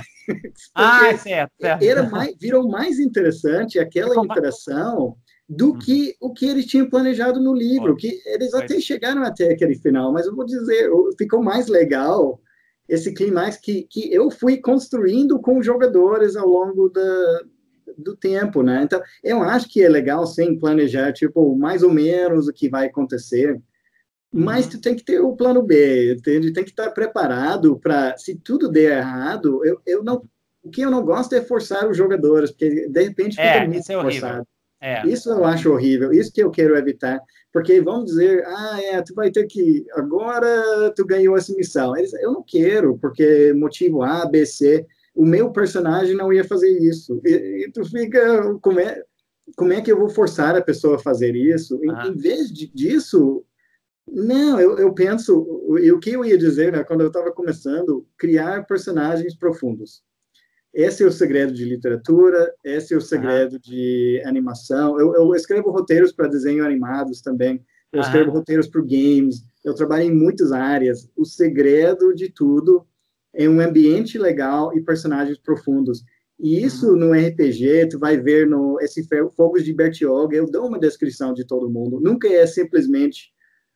Certo. Virou mais interessante aquela interação do que o que eles tinham planejado no livro, que eles até chegaram até aquele final, mas eu vou dizer, ficou mais legal esse clímax que eu fui construindo com os jogadores ao longo do tempo, né? Então, eu acho que é legal, sim, planejar, tipo, mais ou menos o que vai acontecer, mas tu tem que ter o plano B, entende? Tem que estar preparado para, se tudo der errado, o que eu não gosto é forçar os jogadores, porque, de repente, fica muito forçado. Isso eu acho horrível, isso que eu quero evitar, porque vão dizer, tu vai ter que, agora tu ganhou essa missão. Eu não quero, porque motivo A, B, C, o meu personagem não ia fazer isso. E tu fica, como é que eu vou forçar a pessoa a fazer isso? Em vez disso, não, eu penso, e o que eu ia dizer, né, quando eu estava começando, criar personagens profundos. Esse é o segredo de literatura, esse é o segredo de animação. Eu escrevo roteiros para desenho animados também, eu escrevo roteiros para games, eu trabalho em muitas áreas. O segredo de tudo é um ambiente legal e personagens profundos. E isso no RPG, tu vai ver esse Fogos de Bertioga, eu dou uma descrição de todo mundo. Nunca é simplesmente,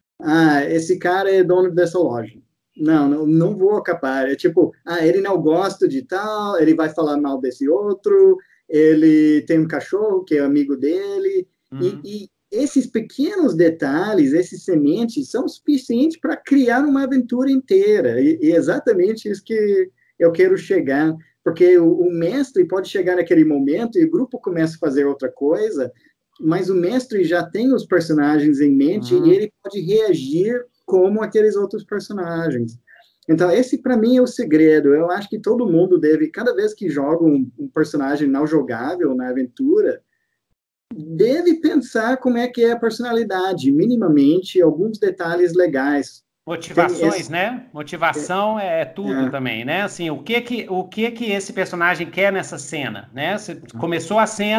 esse cara é dono dessa loja. Não vou acabar. É tipo, ele não gosta de tal, ele vai falar mal desse outro, ele tem um cachorro que é amigo dele, e esses pequenos detalhes, esses sementes, são suficientes para criar uma aventura inteira, e exatamente isso que eu quero chegar, porque o mestre pode chegar naquele momento e o grupo começa a fazer outra coisa, mas o mestre já tem os personagens em mente e ele pode reagir como aqueles outros personagens. Então, esse, para mim, é o segredo. Eu acho que todo mundo deve, cada vez que joga um personagem não jogável na aventura, deve pensar como é que é a personalidade, minimamente, alguns detalhes legais. Motivações, né? Motivação é tudo também, né? Assim, o que que esse personagem quer nessa cena, né? Você começou a cena,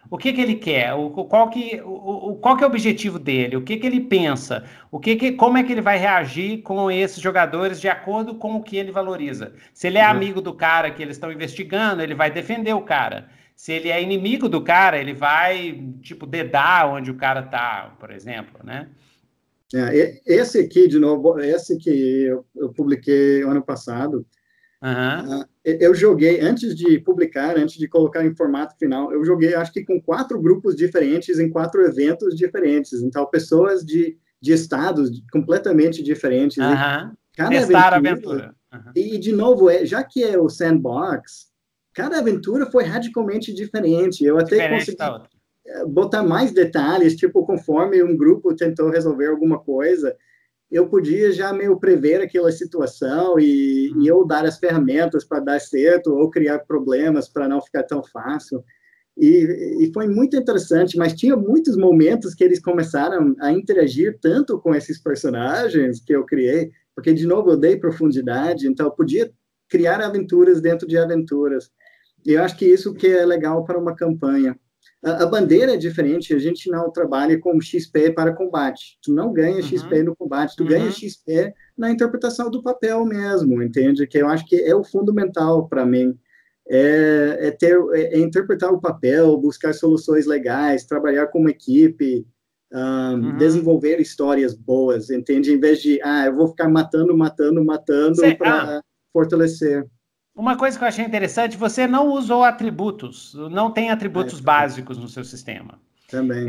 O que que ele quer? Qual que é o objetivo dele? O que que ele pensa? Como é que ele vai reagir com esses jogadores de acordo com o que ele valoriza? Se ele é amigo do cara que eles estão investigando, ele vai defender o cara. Se ele é inimigo do cara, ele vai, tipo, dedar onde o cara tá, por exemplo, né? Esse aqui, de novo, esse que eu publiquei ano passado, eu joguei, antes de publicar, antes de colocar em formato final, eu joguei, acho que com 4 grupos diferentes, em 4 eventos diferentes. Então, pessoas de estados completamente diferentes. Cada Testar aventura. E, de novo, já que é o sandbox, cada aventura foi radicalmente diferente. Eu até consegui botar mais detalhes, tipo, conforme um grupo tentou resolver alguma coisa, eu podia já meio prever aquela situação e eu dar as ferramentas para dar certo ou criar problemas para não ficar tão fácil. E foi muito interessante, mas tinha muitos momentos que eles começaram a interagir tanto com esses personagens que eu criei, porque, de novo, eu dei profundidade, então eu podia criar aventuras dentro de aventuras. E eu acho que isso que é legal para uma campanha. A bandeira é diferente, a gente não trabalha com XP para combate. Tu não ganha XP no combate, tu ganha XP na interpretação do papel mesmo, entende? Que eu acho que é o fundamental para mim. É interpretar o papel, buscar soluções legais, trabalhar como equipe, desenvolver histórias boas, entende? Em vez de, eu vou ficar matando para fortalecer. Uma coisa que eu achei interessante, você não usou atributos, não tem atributos básicos no seu sistema. Também.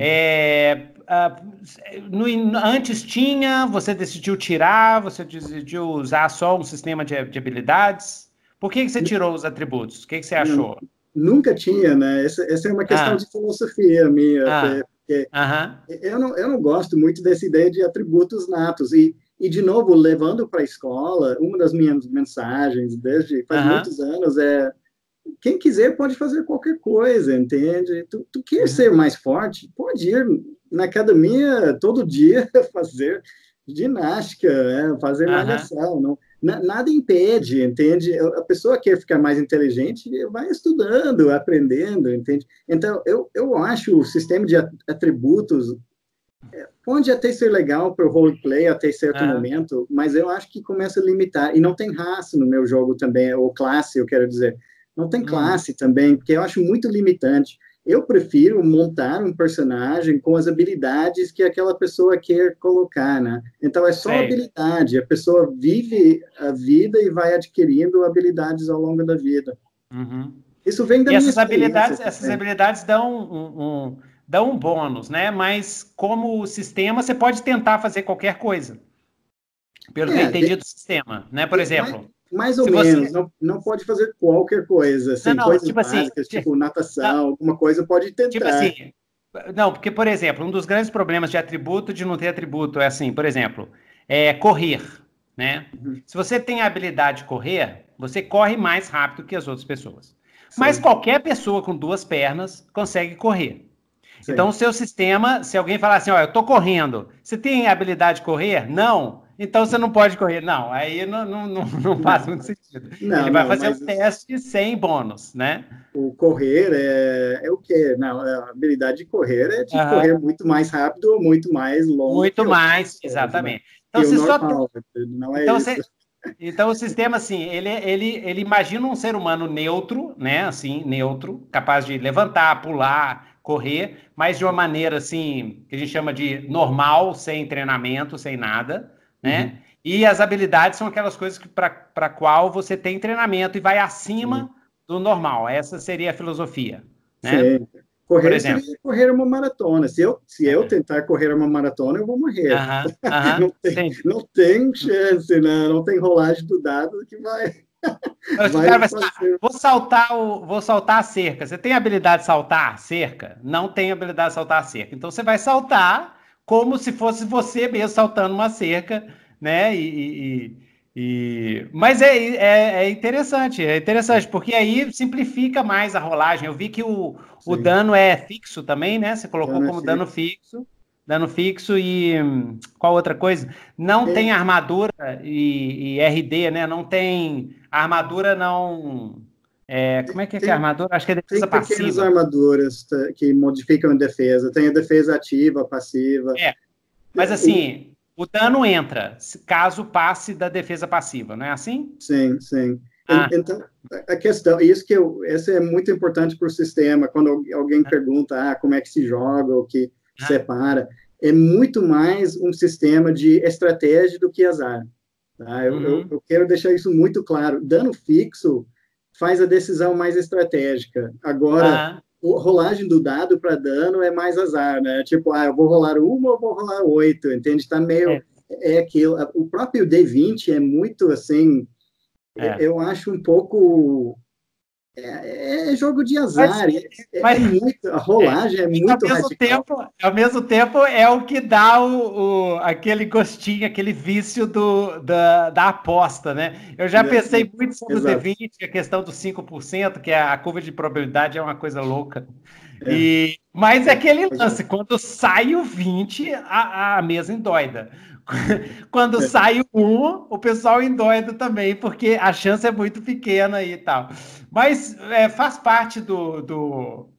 Antes tinha, você decidiu tirar, você decidiu usar só um sistema de habilidades. Por que você tirou os atributos? O que você achou? Nunca tinha, né? Essa é uma questão de filosofia minha. Eu não gosto muito dessa ideia de atributos natos. E, de novo, levando para a escola, uma das minhas mensagens, desde faz muitos anos, quem quiser pode fazer qualquer coisa, entende? Tu quer ser mais forte? Pode ir na academia todo dia fazer ginástica, fazer malhação. Nada impede, entende? A pessoa quer ficar mais inteligente, vai estudando, aprendendo, entende? Então, eu acho o sistema de atributos pode até ser legal para o roleplay até certo momento, mas eu acho que começa a limitar. E não tem raça no meu jogo também, ou classe, eu quero dizer. Não tem classe também, porque eu acho muito limitante. Eu prefiro montar um personagem com as habilidades que aquela pessoa quer colocar, né? Então, é só habilidade. A pessoa vive a vida e vai adquirindo habilidades ao longo da vida. Isso vem da minha experiência. Essas habilidades dão um bônus, né? Mas como sistema, você pode tentar fazer qualquer coisa. Pelo que eu entendi do sistema, né? Por exemplo... Mais ou menos, não pode fazer qualquer coisa, assim, coisas tipo básicas, tipo natação, alguma coisa pode tentar. Tipo assim, não, porque, por exemplo, um dos grandes problemas de atributo, de não ter atributo, é assim, por exemplo, correr, né? Se você tem a habilidade de correr, você corre mais rápido que as outras pessoas. Mas qualquer pessoa com 2 pernas consegue correr. Então, o seu sistema, se alguém falar assim, eu tô correndo, você tem a habilidade de correr? Não. Então, você não pode correr. Não, aí não faz muito sentido. Ele vai fazer um teste sem bônus, né? O correr é o quê? Não, a habilidade de correr é de correr muito mais rápido ou muito mais longo. Muito mais, exatamente. Então, você normal, não é isso. Então, o sistema, assim, ele imagina um ser humano neutro, né? Assim, neutro, capaz de levantar, pular, correr, mas de uma maneira, assim, que a gente chama de normal, sem treinamento, sem nada, né? E as habilidades são aquelas coisas para qual você tem treinamento e vai acima do normal. Essa seria a filosofia, né? Sim. Correr seria correr uma maratona. Se eu tentar correr uma maratona, eu vou morrer. Não tem chance, né? Não tem rolagem do dado que vai... Vou saltar a cerca. Você tem habilidade de saltar a cerca? Não tem habilidade de saltar a cerca. Então você vai saltar como se fosse você mesmo saltando uma cerca, né? Mas é interessante, porque aí simplifica mais a rolagem. Eu vi que o dano é fixo também, né? Você colocou como dano fixo. Dano fixo e qual outra coisa? Não tem armadura e RD, né? Não tem... A armadura Como é que Tem, é a armadura? Acho que é defesa tem pequenas passiva. armaduras que modificam a defesa. Tem a defesa ativa, passiva. Mas assim, o dano entra, caso passe da defesa passiva, não é assim? Sim, sim. Ah, Então, a questão, essa é muito importante para o sistema, quando alguém pergunta, como é que se joga, ou que separa, é muito mais um sistema de estratégia do que azar. Tá? Eu quero deixar isso muito claro. Dano fixo faz a decisão mais estratégica. Agora, a rolagem do dado para dano é mais azar, né? Tipo, eu vou rolar 1 ou vou rolar 8, entende? Tá meio... aquilo. O próprio D20 é muito, assim... Eu acho um pouco... É jogo de azar. A rolagem é muito radical. Ao mesmo tempo, é o que dá aquele gostinho, aquele vício da aposta, né? Eu já pensei muito sobre o D20, a questão dos 5%, que a curva de probabilidade é uma coisa louca. Mas é aquele lance, quando sai o 20, a mesa endoida. Quando sai o 1, o pessoal endoida também, porque a chance é muito pequena e tal. Mas faz parte tudo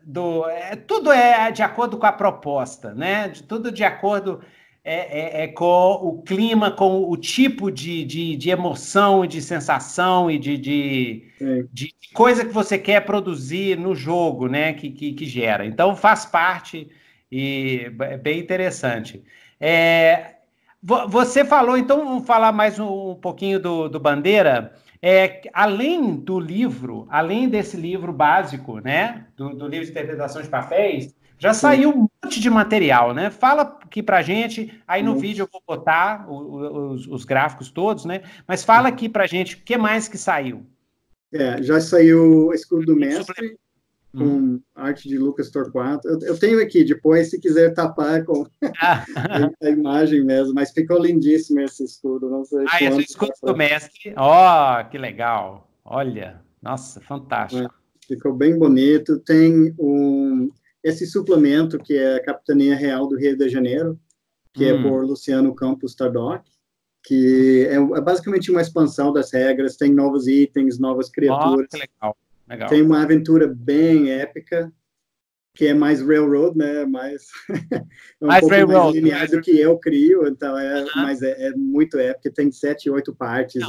é de acordo com a proposta, né? Tudo de acordo com o clima, com o tipo de emoção e de sensação e de coisa que você quer produzir no jogo, né? Que gera. Então faz parte e é bem interessante. Você falou, então vamos falar mais um pouquinho do Bandeira. Além do livro, além desse livro básico, né, do livro de interpretação de papéis, já saiu um monte de material, né? Fala aqui pra gente, aí no vídeo eu vou botar os gráficos todos, né? Mas fala aqui pra gente, o que mais que saiu? Já saiu o Escudo do Mestre, com arte de Lucas Torquato. Eu tenho aqui, depois, se quiser tapar com a imagem mesmo, mas ficou lindíssimo esse escudo. Não sei esse é o Escudo do Mestre. Que legal. Olha, nossa, fantástico. Ficou bem bonito. Tem esse suplemento, que é a Capitania Real do Rio de Janeiro, que é por Luciano Campos Tardoc, que é basicamente uma expansão das regras, tem novos itens, novas criaturas. Que legal. Legal. Tem uma aventura bem épica, que é mais Railroad, né? Mais mais linear do que eu crio, então mas é muito épica, tem 7, 8 partes,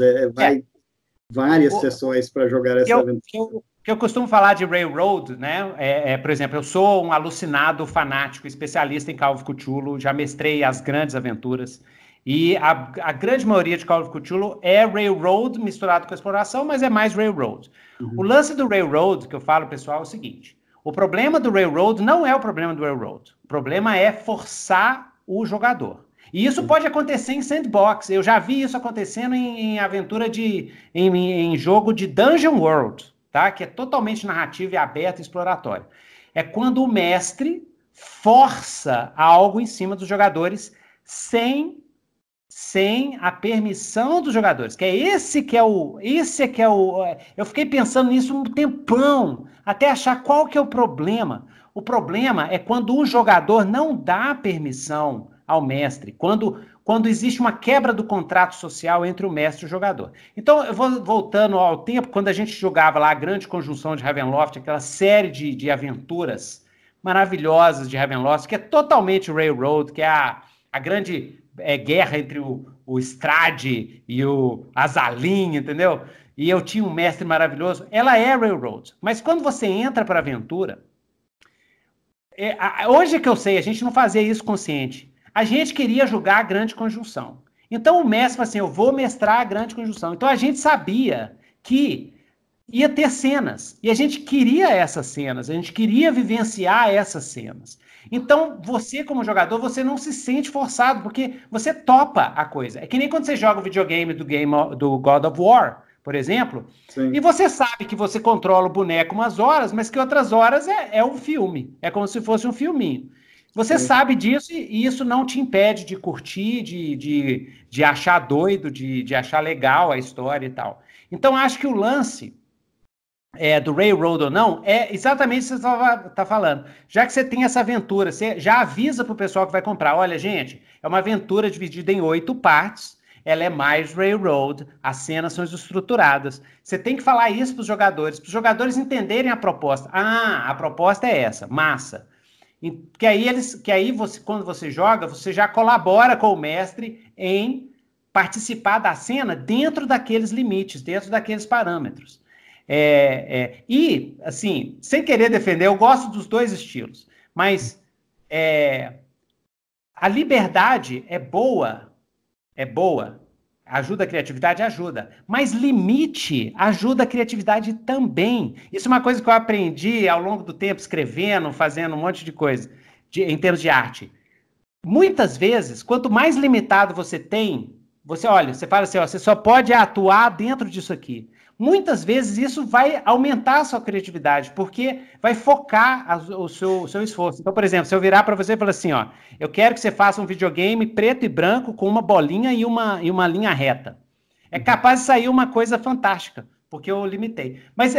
várias sessões para jogar essa aventura. O que eu costumo falar de Railroad, né? Por exemplo, eu sou um alucinado fanático, especialista em Call of Cthulhu, já mestrei as grandes aventuras. E a grande maioria de Call of Cthulhu é Railroad misturado com exploração, mas é mais Railroad. O lance do Railroad, que eu falo, pessoal, é o seguinte: o problema do Railroad não é o problema do Railroad. O problema é forçar o jogador. E isso pode acontecer em sandbox. Eu já vi isso acontecendo em aventura em jogo de Dungeon World, tá? Que é totalmente narrativo e aberto e exploratório. É quando o mestre força algo em cima dos jogadores sem a permissão dos jogadores, que é esse que é o... Eu fiquei pensando nisso um tempão, até achar qual que é o problema. O problema é quando o jogador não dá permissão ao mestre, quando existe uma quebra do contrato social entre o mestre e o jogador. Então, eu vou voltando ao tempo, quando a gente jogava lá a Grande Conjunção de Ravenloft, aquela série de aventuras maravilhosas de Ravenloft, que é totalmente Railroad, que é a grande... guerra entre o Strade e o Azalin, entendeu? E eu tinha um mestre maravilhoso. Ela é Railroad. Mas quando você entra para a aventura... hoje que eu sei, a gente não fazia isso consciente. A gente queria jogar a Grande Conjunção. Então o mestre falou assim, eu vou mestrar a Grande Conjunção. Então a gente sabia que ia ter cenas. E a gente queria essas cenas. A gente queria vivenciar essas cenas. Então, você como jogador, você não se sente forçado, porque você topa a coisa. É que nem quando você joga o videogame do God of War, por exemplo, e você sabe que você controla o boneco umas horas, mas que outras horas é um filme. É como se fosse um filminho. Você sabe disso e isso não te impede de curtir, de achar doido, de achar legal a história e tal. Então, acho que o lance... do Railroad ou não, é exatamente o que você está falando. Já que você tem essa aventura, você já avisa para o pessoal que vai comprar, olha, gente, é uma aventura dividida em 8 partes, ela é mais railroad, as cenas são estruturadas. Você tem que falar isso para os jogadores entenderem a proposta. Ah, a proposta é essa, massa. Que aí você, quando você joga, você já colabora com o mestre em participar da cena dentro daqueles limites, dentro daqueles parâmetros. E, assim, sem querer defender, eu gosto dos dois estilos, mas a liberdade é boa, ajuda a criatividade, ajuda, mas limite ajuda a criatividade também. Isso é uma coisa que eu aprendi ao longo do tempo, escrevendo, fazendo um monte de coisa, em termos de arte. Muitas vezes, quanto mais limitado você tem, você fala assim, você só pode atuar dentro disso aqui. Muitas vezes isso vai aumentar a sua criatividade, porque vai focar o seu esforço. Então, por exemplo, se eu virar para você e falar assim, eu quero que você faça um videogame preto e branco com uma bolinha e uma linha reta. É capaz de sair uma coisa fantástica, porque eu limitei. Mas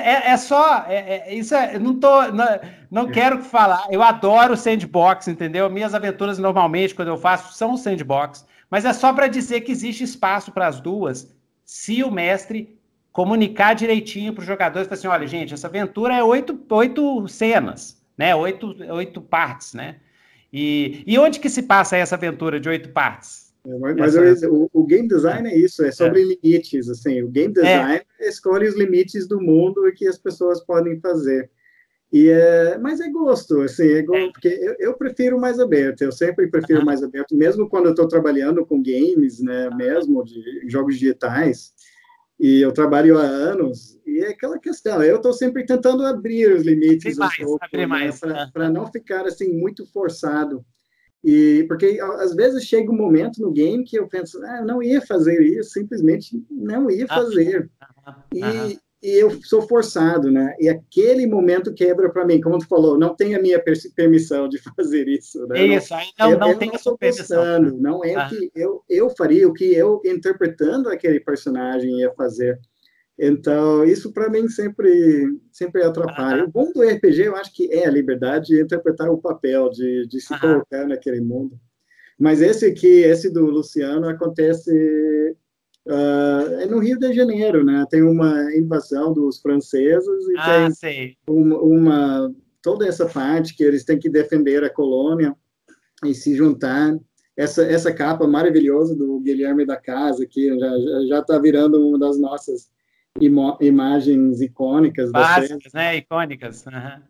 não quero falar, eu adoro sandbox, entendeu? Minhas aventuras, normalmente, quando eu faço, são sandbox, mas é só para dizer que existe espaço para as duas, se o mestre comunicar direitinho para os jogadores, falar assim, olha, gente, essa aventura é 8 cenas, né? 8 partes, né? E onde que se passa essa aventura de 8 partes? O game design é isso, é sobre limites, assim, o game design escolhe os limites do mundo e que as pessoas podem fazer. Mas é gosto, assim, porque eu prefiro mais aberto, eu sempre prefiro mais aberto, mesmo quando eu estou trabalhando com games, né, mesmo de jogos digitais, e eu trabalho há anos, e é aquela questão, eu estou sempre tentando abrir os limites para não ficar, assim, muito forçado. Porque, às vezes, chega um momento no game que eu penso, eu não ia fazer isso, simplesmente não ia fazer. E eu sou forçado, né? E aquele momento quebra para mim, como tu falou, não tem a minha permissão de fazer isso, né? Isso, aí não tem a sua permissão. Não é o que eu faria, o que eu, interpretando aquele personagem, ia fazer. Então, isso para mim sempre atrapalha. O bom do RPG, eu acho que é a liberdade de interpretar o papel, de se colocar naquele mundo. Mas esse do Luciano, acontece no Rio de Janeiro, né? Tem uma invasão dos franceses e tem toda essa parte que eles têm que defender a colônia e se juntar. Essa capa maravilhosa do Guilherme da Casa, que já está virando uma das nossas imagens icônicas. Básicas, né? Icônicas.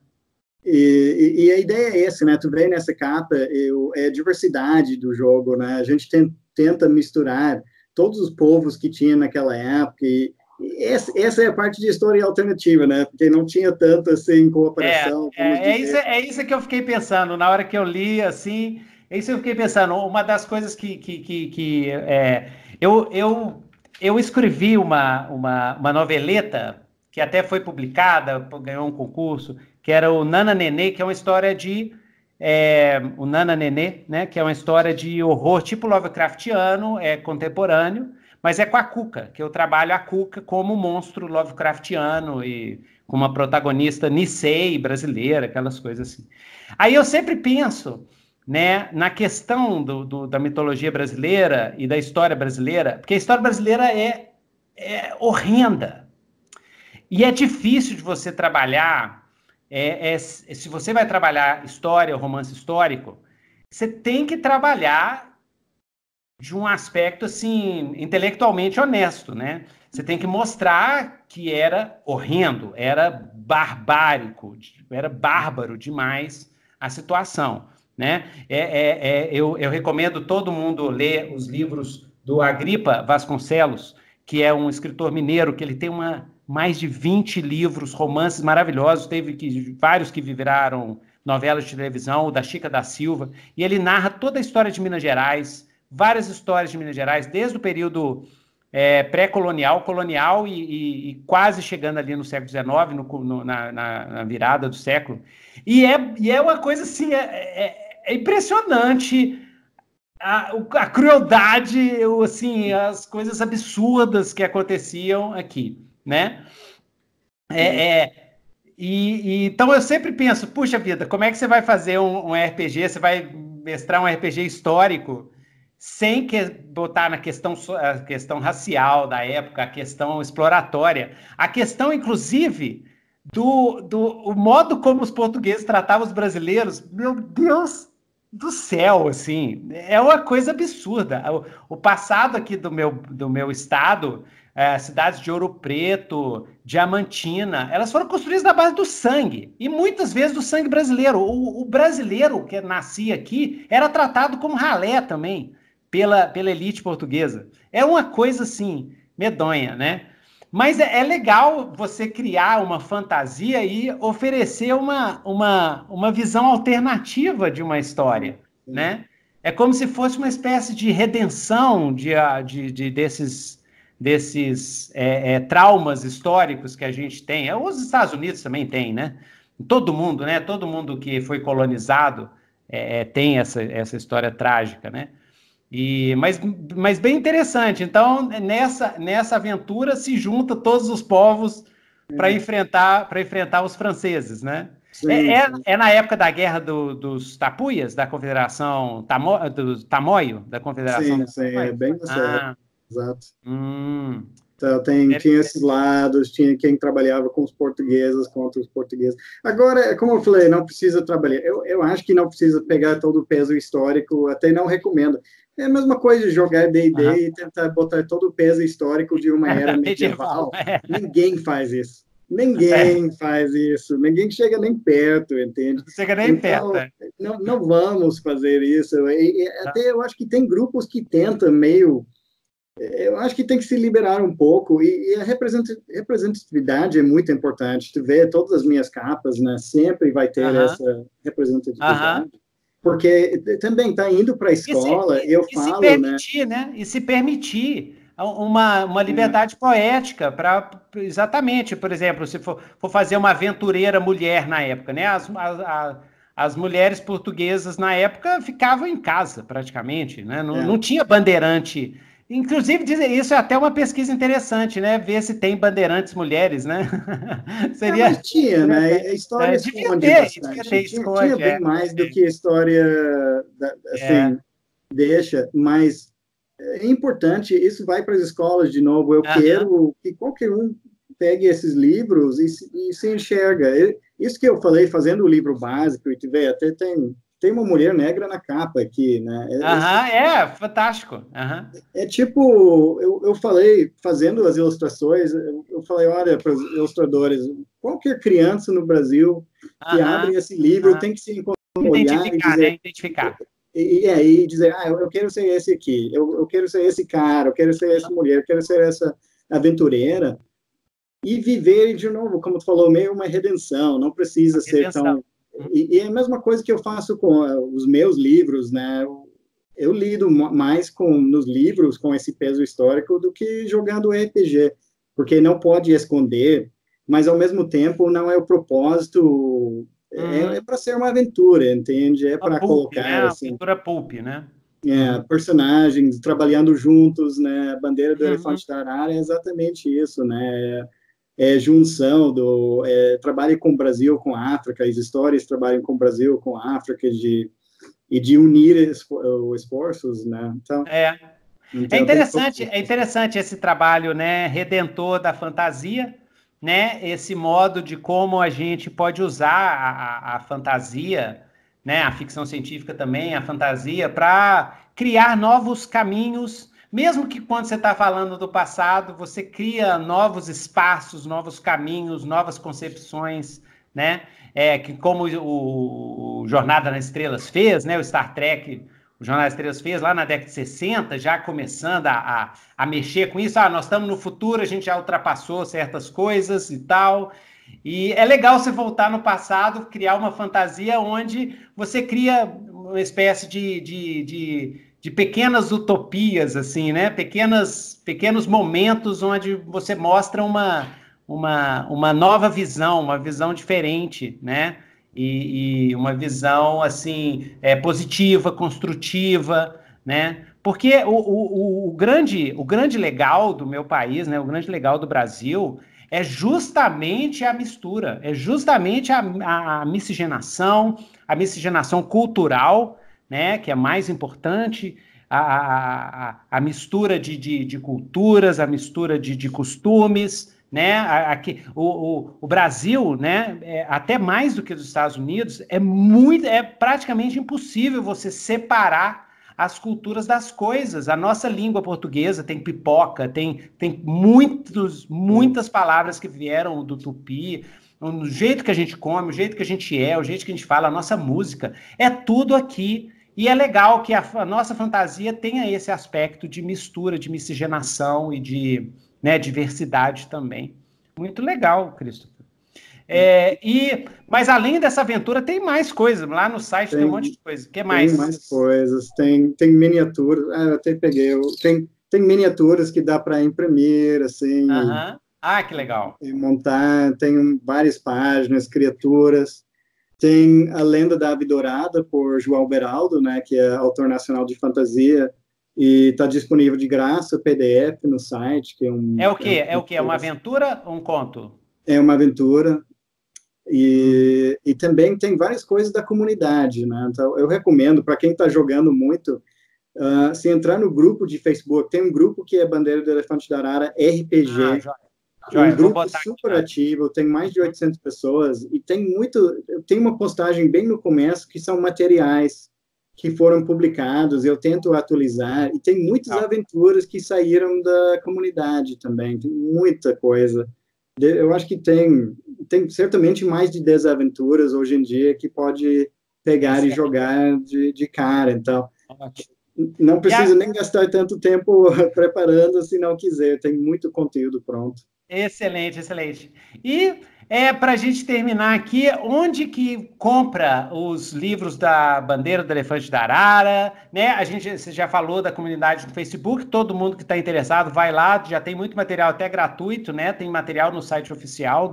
E a ideia é essa, né? Tu vê nessa capa, é a diversidade do jogo, né? A gente tenta misturar todos os povos que tinha naquela época, e essa é a parte de história alternativa, né? Porque não tinha tanto, assim, cooperação. É isso que eu fiquei pensando, na hora que eu li, assim, é isso que eu fiquei pensando. Uma das coisas eu escrevi uma noveleta, que até foi publicada, ganhou um concurso, que era o Nana Nenê, que é uma história de... o Nana Nenê, né, que é uma história de horror tipo Lovecraftiano, contemporâneo, mas é com a Cuca, que eu trabalho a Cuca como monstro Lovecraftiano e com uma protagonista Nisei brasileira, aquelas coisas assim. Aí eu sempre penso, né, na questão da mitologia brasileira e da história brasileira, porque a história brasileira é horrenda e é difícil de você trabalhar. Se você vai trabalhar história, romance histórico, você tem que trabalhar de um aspecto, assim, intelectualmente honesto, né? Você tem que mostrar que era horrendo, era barbárico, era bárbaro demais a situação, né? Eu recomendo todo mundo ler os livros do Agripa Vasconcelos, que é um escritor mineiro, que ele tem mais de 20 livros, romances maravilhosos, teve vários que viraram novelas de televisão, o da Chica da Silva, e ele narra toda a história de Minas Gerais, várias histórias de Minas Gerais, desde o período pré-colonial, colonial e quase chegando ali no século XIX, na virada do século. E é uma coisa assim, é impressionante a crueldade, assim, as coisas absurdas que aconteciam aqui, né? Então eu sempre penso, puxa vida, como é que você vai fazer um RPG, você vai mestrar um RPG histórico, sem botar na a questão racial da época, a questão exploratória, a questão, inclusive, o modo como os portugueses tratavam os brasileiros. Meu Deus do céu, assim, é uma coisa absurda. O passado aqui do meu estado, cidades de Ouro Preto, Diamantina, elas foram construídas na base do sangue, e muitas vezes do sangue brasileiro. O brasileiro que nascia aqui era tratado como ralé também, pela elite portuguesa. É uma coisa, assim, medonha, né? Mas é legal você criar uma fantasia e oferecer uma visão alternativa de uma história, né? É como se fosse uma espécie de redenção desses traumas históricos que a gente tem. Os Estados Unidos também têm, né? Todo mundo, né? Todo mundo que foi colonizado tem essa história trágica, né? Mas bem interessante. Então, nessa aventura se junta todos os povos para enfrentar os franceses, né? Sim, é na época da Guerra dos Tapuias, da Confederação do Tamoio, da Confederação. Sim, é bem nessa época, exato. Então, tinha esses lados, tinha quem trabalhava com os portugueses, contra os portugueses. Agora, como eu falei, não precisa trabalhar. Eu acho que não precisa pegar todo o peso histórico, até não recomendo. É a mesma coisa de jogar D&D e tentar botar todo o peso histórico de uma era medieval. Ninguém faz isso. Ninguém faz isso. Ninguém chega nem perto, entende? Não chega nem perto. Não vamos fazer isso. Até eu acho que tem grupos que tentam meio... Eu acho que tem que se liberar um pouco, e a representatividade é muito importante. Tu vê todas as minhas capas, né? Sempre vai ter essa representatividade. Porque também está indo para a escola, se permitir, né? E se permitir uma liberdade poética para exatamente, por exemplo, se for fazer uma aventureira mulher na época, né? As mulheres portuguesas na época ficavam em casa praticamente, né? Não tinha bandeirante. Inclusive, isso é até uma pesquisa interessante, né? Ver se tem bandeirantes mulheres, né? Seria... Mas tinha, né? A história esconde bastante. Tinha bem mais do que a história, assim, deixa, mas é importante, isso vai para as escolas de novo. Eu quero que qualquer um pegue esses livros e se enxerga. Isso que eu falei, fazendo o livro básico, e tiver até tem uma mulher negra na capa aqui, né? Fantástico. É tipo, eu falei, fazendo as ilustrações, eu falei, olha, para os ilustradores, qualquer criança no Brasil que abre esse livro tem que se olhar e dizer... Identificar. E aí dizer, eu quero ser esse aqui, eu quero ser esse cara, eu quero ser essa mulher, eu quero ser essa aventureira, e viver de novo, como tu falou, meio uma redenção, não precisa ser tão... E é a mesma coisa que eu faço com os meus livros, né? Eu lido mais nos livros com esse peso histórico do que jogando RPG, porque não pode esconder, mas ao mesmo tempo não é o propósito, é para ser uma aventura, entende? É para colocar, né? assim... Aventura pulp, né? Personagens trabalhando juntos, né? A bandeira do Elefante da Arara é exatamente isso, né? Junção trabalhe com o Brasil, com a África, as histórias trabalham com o Brasil, com a África, e de unir esforços, né? Então, é interessante esse trabalho, né, redentor da fantasia, né, esse modo de como a gente pode usar a fantasia, né, a ficção científica também, a fantasia, para criar novos caminhos. Mesmo que quando você está falando do passado, você cria novos espaços, novos caminhos, novas concepções, né? Que como o Jornada nas Estrelas fez, né? O Star Trek, o Jornada nas Estrelas fez lá na década de 60, já começando a mexer com isso. Nós estamos no futuro, a gente já ultrapassou certas coisas e tal. E é legal você voltar no passado, criar uma fantasia onde você cria uma espécie de pequenas utopias, assim, né? Pequenos momentos onde você mostra uma nova visão, uma visão diferente, né? E uma visão, assim, positiva, construtiva, né? Porque o grande legal do meu país, né? O grande legal do Brasil é justamente a mistura, é justamente a miscigenação cultural, né, que é mais importante, a mistura de culturas, a mistura de costumes, né? Aqui, o Brasil, né? Até mais do que os Estados Unidos, é praticamente impossível você separar as culturas das coisas. A nossa língua portuguesa tem pipoca, tem muitas palavras que vieram do tupi, o jeito que a gente come, o jeito que a gente o jeito que a gente fala, a nossa música, é tudo aqui. E é legal que a nossa fantasia tenha esse aspecto de mistura, de miscigenação e de, né, diversidade também. Muito legal, Christopher. Mas além dessa aventura, tem mais coisas. Lá no site tem um monte de coisa. O que mais? Tem mais coisas. Tem miniaturas. Eu até peguei. Tem miniaturas que dá para imprimir, assim. Que legal. E montar. Tem várias páginas, criaturas. Tem a Lenda da Ave Dourada, por João Beraldo, né, que é autor nacional de fantasia. E está disponível de graça, PDF, no site. Que é o quê? É uma aventura ou um conto? É uma aventura. E também tem várias coisas da comunidade, né? Então, eu recomendo, para quem está jogando muito, se entrar no grupo de Facebook, tem um grupo que é Bandeira do Elefante da Arara RPG, um grupo super ativo, tem mais de 800 pessoas, e tem uma postagem bem no começo, que são materiais que foram publicados, eu tento atualizar, e tem muitas aventuras que saíram da comunidade também, tem muita coisa. Eu acho que tem certamente mais de 10 aventuras hoje em dia que pode pegar e jogar de cara. Então, não precisa nem gastar tanto tempo preparando se não quiser. Tem muito conteúdo pronto. Excelente, excelente. E para a gente terminar aqui, onde que compra os livros da Bandeira do Elefante da Arara, né? Você já falou da comunidade do Facebook, todo mundo que está interessado vai lá, já tem muito material até gratuito, né? Tem material no site oficial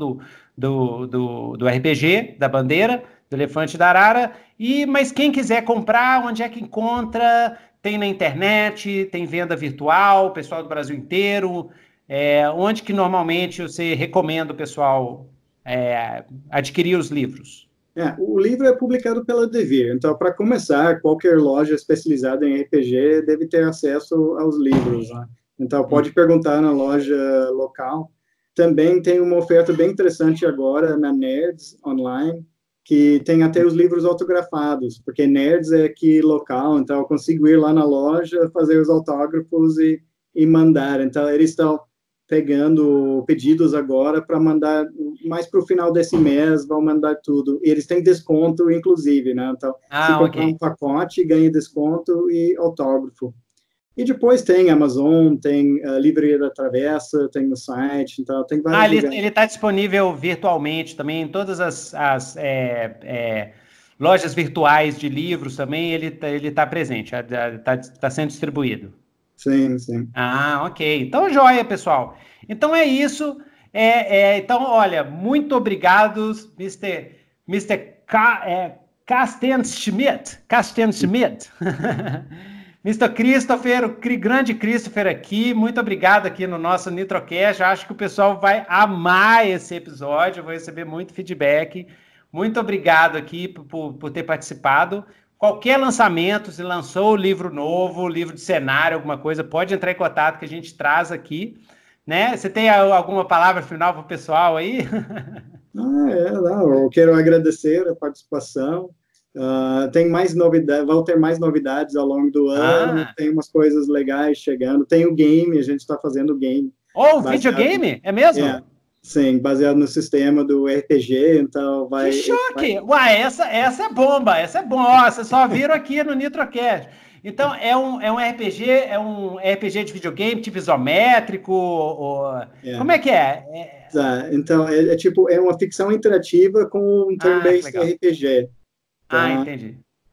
do RPG, da Bandeira do Elefante da Arara. Mas quem quiser comprar, onde é que encontra? Tem na internet, tem venda virtual, pessoal do Brasil inteiro. Onde que normalmente você recomenda o pessoal adquirir os livros? O livro é publicado pela Devir, então, para começar, qualquer loja especializada em RPG deve ter acesso aos livros, né? Então, pode perguntar na loja local. Também tem uma oferta bem interessante agora na Nerds Online, que tem até os livros autografados, porque Nerds é aqui local, então eu consigo ir lá na loja, fazer os autógrafos e mandar. Então, eles estão pegando pedidos agora para mandar mais para o final desse mês, vão mandar tudo. E eles têm desconto, inclusive, né? Então, se comprar um pacote, ganha desconto e autógrafo. E depois tem Amazon, tem a Livraria da Travessa, tem no site, então tem vários ele está disponível virtualmente também, em todas as lojas virtuais de livros também, ele tá presente, está sendo distribuído. Sim. Ok. Então, joia, pessoal. Então, é isso. Então, olha, muito obrigado, Mr. Carsten Schmidt. Mr. Christopher, o grande Christopher aqui, muito obrigado aqui no nosso Nitrocast. Acho que o pessoal vai amar esse episódio, eu vou receber muito feedback. Muito obrigado aqui por ter participado. Qualquer lançamento, se lançou livro novo, livro de cenário, alguma coisa, pode entrar em contato que a gente traz aqui, né? Você tem alguma palavra final para o pessoal aí? Eu quero agradecer a participação. Tem mais novidades, vão ter mais novidades ao longo do ano, tem umas coisas legais chegando, tem o game, a gente está fazendo o game. Videogame? É mesmo? Sim, baseado no sistema do RPG, então vai... Que choque! Uai, essa é bomba, essa é bom. Vocês só viram aqui no Nitrocast. Então, é um RPG de videogame, tipo isométrico? Como é que é? Então, é uma ficção interativa com um turn-based RPG. Tá? Entendi.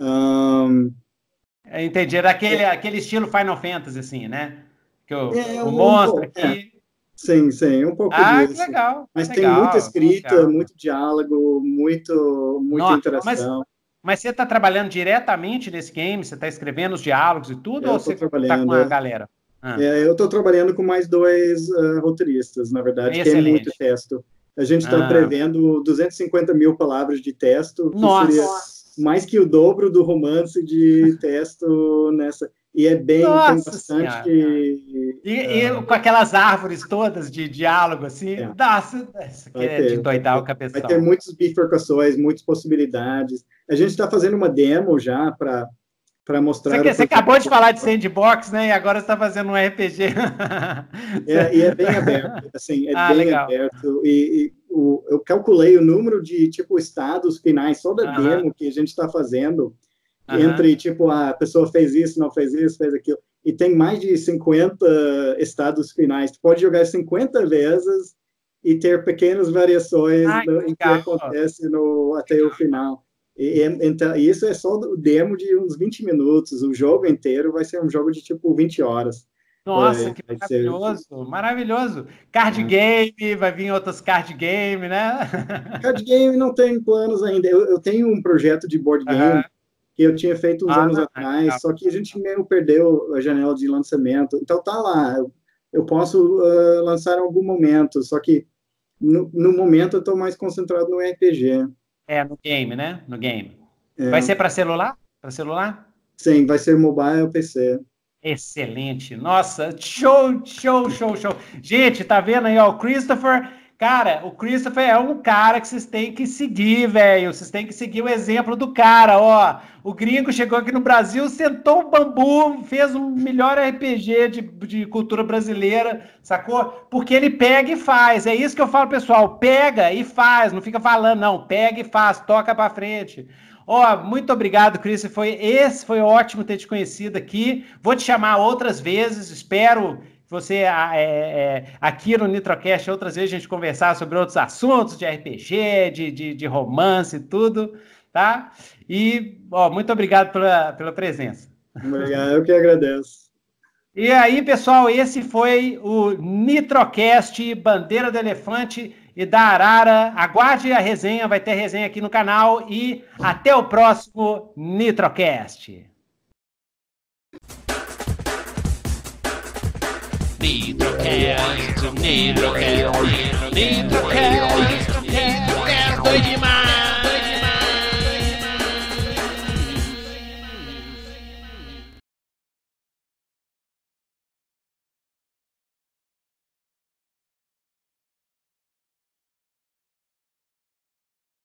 Entendi, aquele estilo Final Fantasy, assim, né? Que o monstro aqui... Sim, um pouco disso. Que legal. Mas tem muita escrita, muito diálogo, muita interação. Mas você está trabalhando diretamente nesse game? Você está escrevendo os diálogos e tudo? Ou você está com a galera? Eu estou trabalhando com mais 2 roteiristas, na verdade, que é muito texto. A gente está prevendo 250 mil palavras de texto. Nossa! mais que o dobro do romance de texto nessa. E é bem, Nossa tem bastante... E com aquelas árvores todas de diálogo, assim, nossa, isso aqui é de doidar o cabeção. Vai ter muitas bifurcações, muitas possibilidades. A gente está fazendo uma demo já para mostrar... Você acabou de falar de sandbox, né? E agora você está fazendo um RPG. E é bem aberto, assim, bem legal. aberto. Eu calculei o número de, tipo, estados finais, só da demo que a gente está fazendo, entre, tipo, a pessoa fez isso, não fez isso, fez aquilo. E tem mais de 50 estados finais. Tu pode jogar 50 vezes e ter pequenas variações em que acontece até o final. Então, isso é só o demo de uns 20 minutos. O jogo inteiro vai ser um jogo de, tipo, 20 horas. Nossa, que maravilhoso, maravilhoso. Card game, vai vir outros card game, né? Card game não tem planos ainda. Eu tenho um projeto de board game que eu tinha feito uns anos atrás, só que a gente mesmo perdeu a janela de lançamento. Então tá lá, eu posso lançar em algum momento, só que no momento eu estou mais concentrado no RPG. No game, né? No game. Vai ser para celular? Para celular? Sim, vai ser mobile ou PC. Excelente. Nossa, show. Gente, tá vendo aí, ó, o Christopher... Cara, o Christopher é um cara que vocês têm que seguir, velho. Vocês têm que seguir o exemplo do cara, ó. O gringo chegou aqui no Brasil, sentou o bambu, fez um melhor RPG de cultura brasileira, sacou? Porque ele pega e faz. É isso que eu falo, pessoal. Pega e faz. Não fica falando, não. Pega e faz. Toca pra frente. Ó, muito obrigado, Christopher. Foi ótimo ter te conhecido aqui. Vou te chamar outras vezes. Espero... você aqui no Nitrocast, outras vezes a gente conversar sobre outros assuntos de RPG, de romance e tudo, tá? E, muito obrigado pela presença. Obrigado, eu que agradeço. E aí, pessoal, esse foi o Nitrocast, Bandeira do Elefante e da Arara. Aguarde a resenha, vai ter resenha aqui no canal e até o próximo Nitrocast. Nitrocast, Nitrocast, Nitrocast, Nitrocast, doido demais!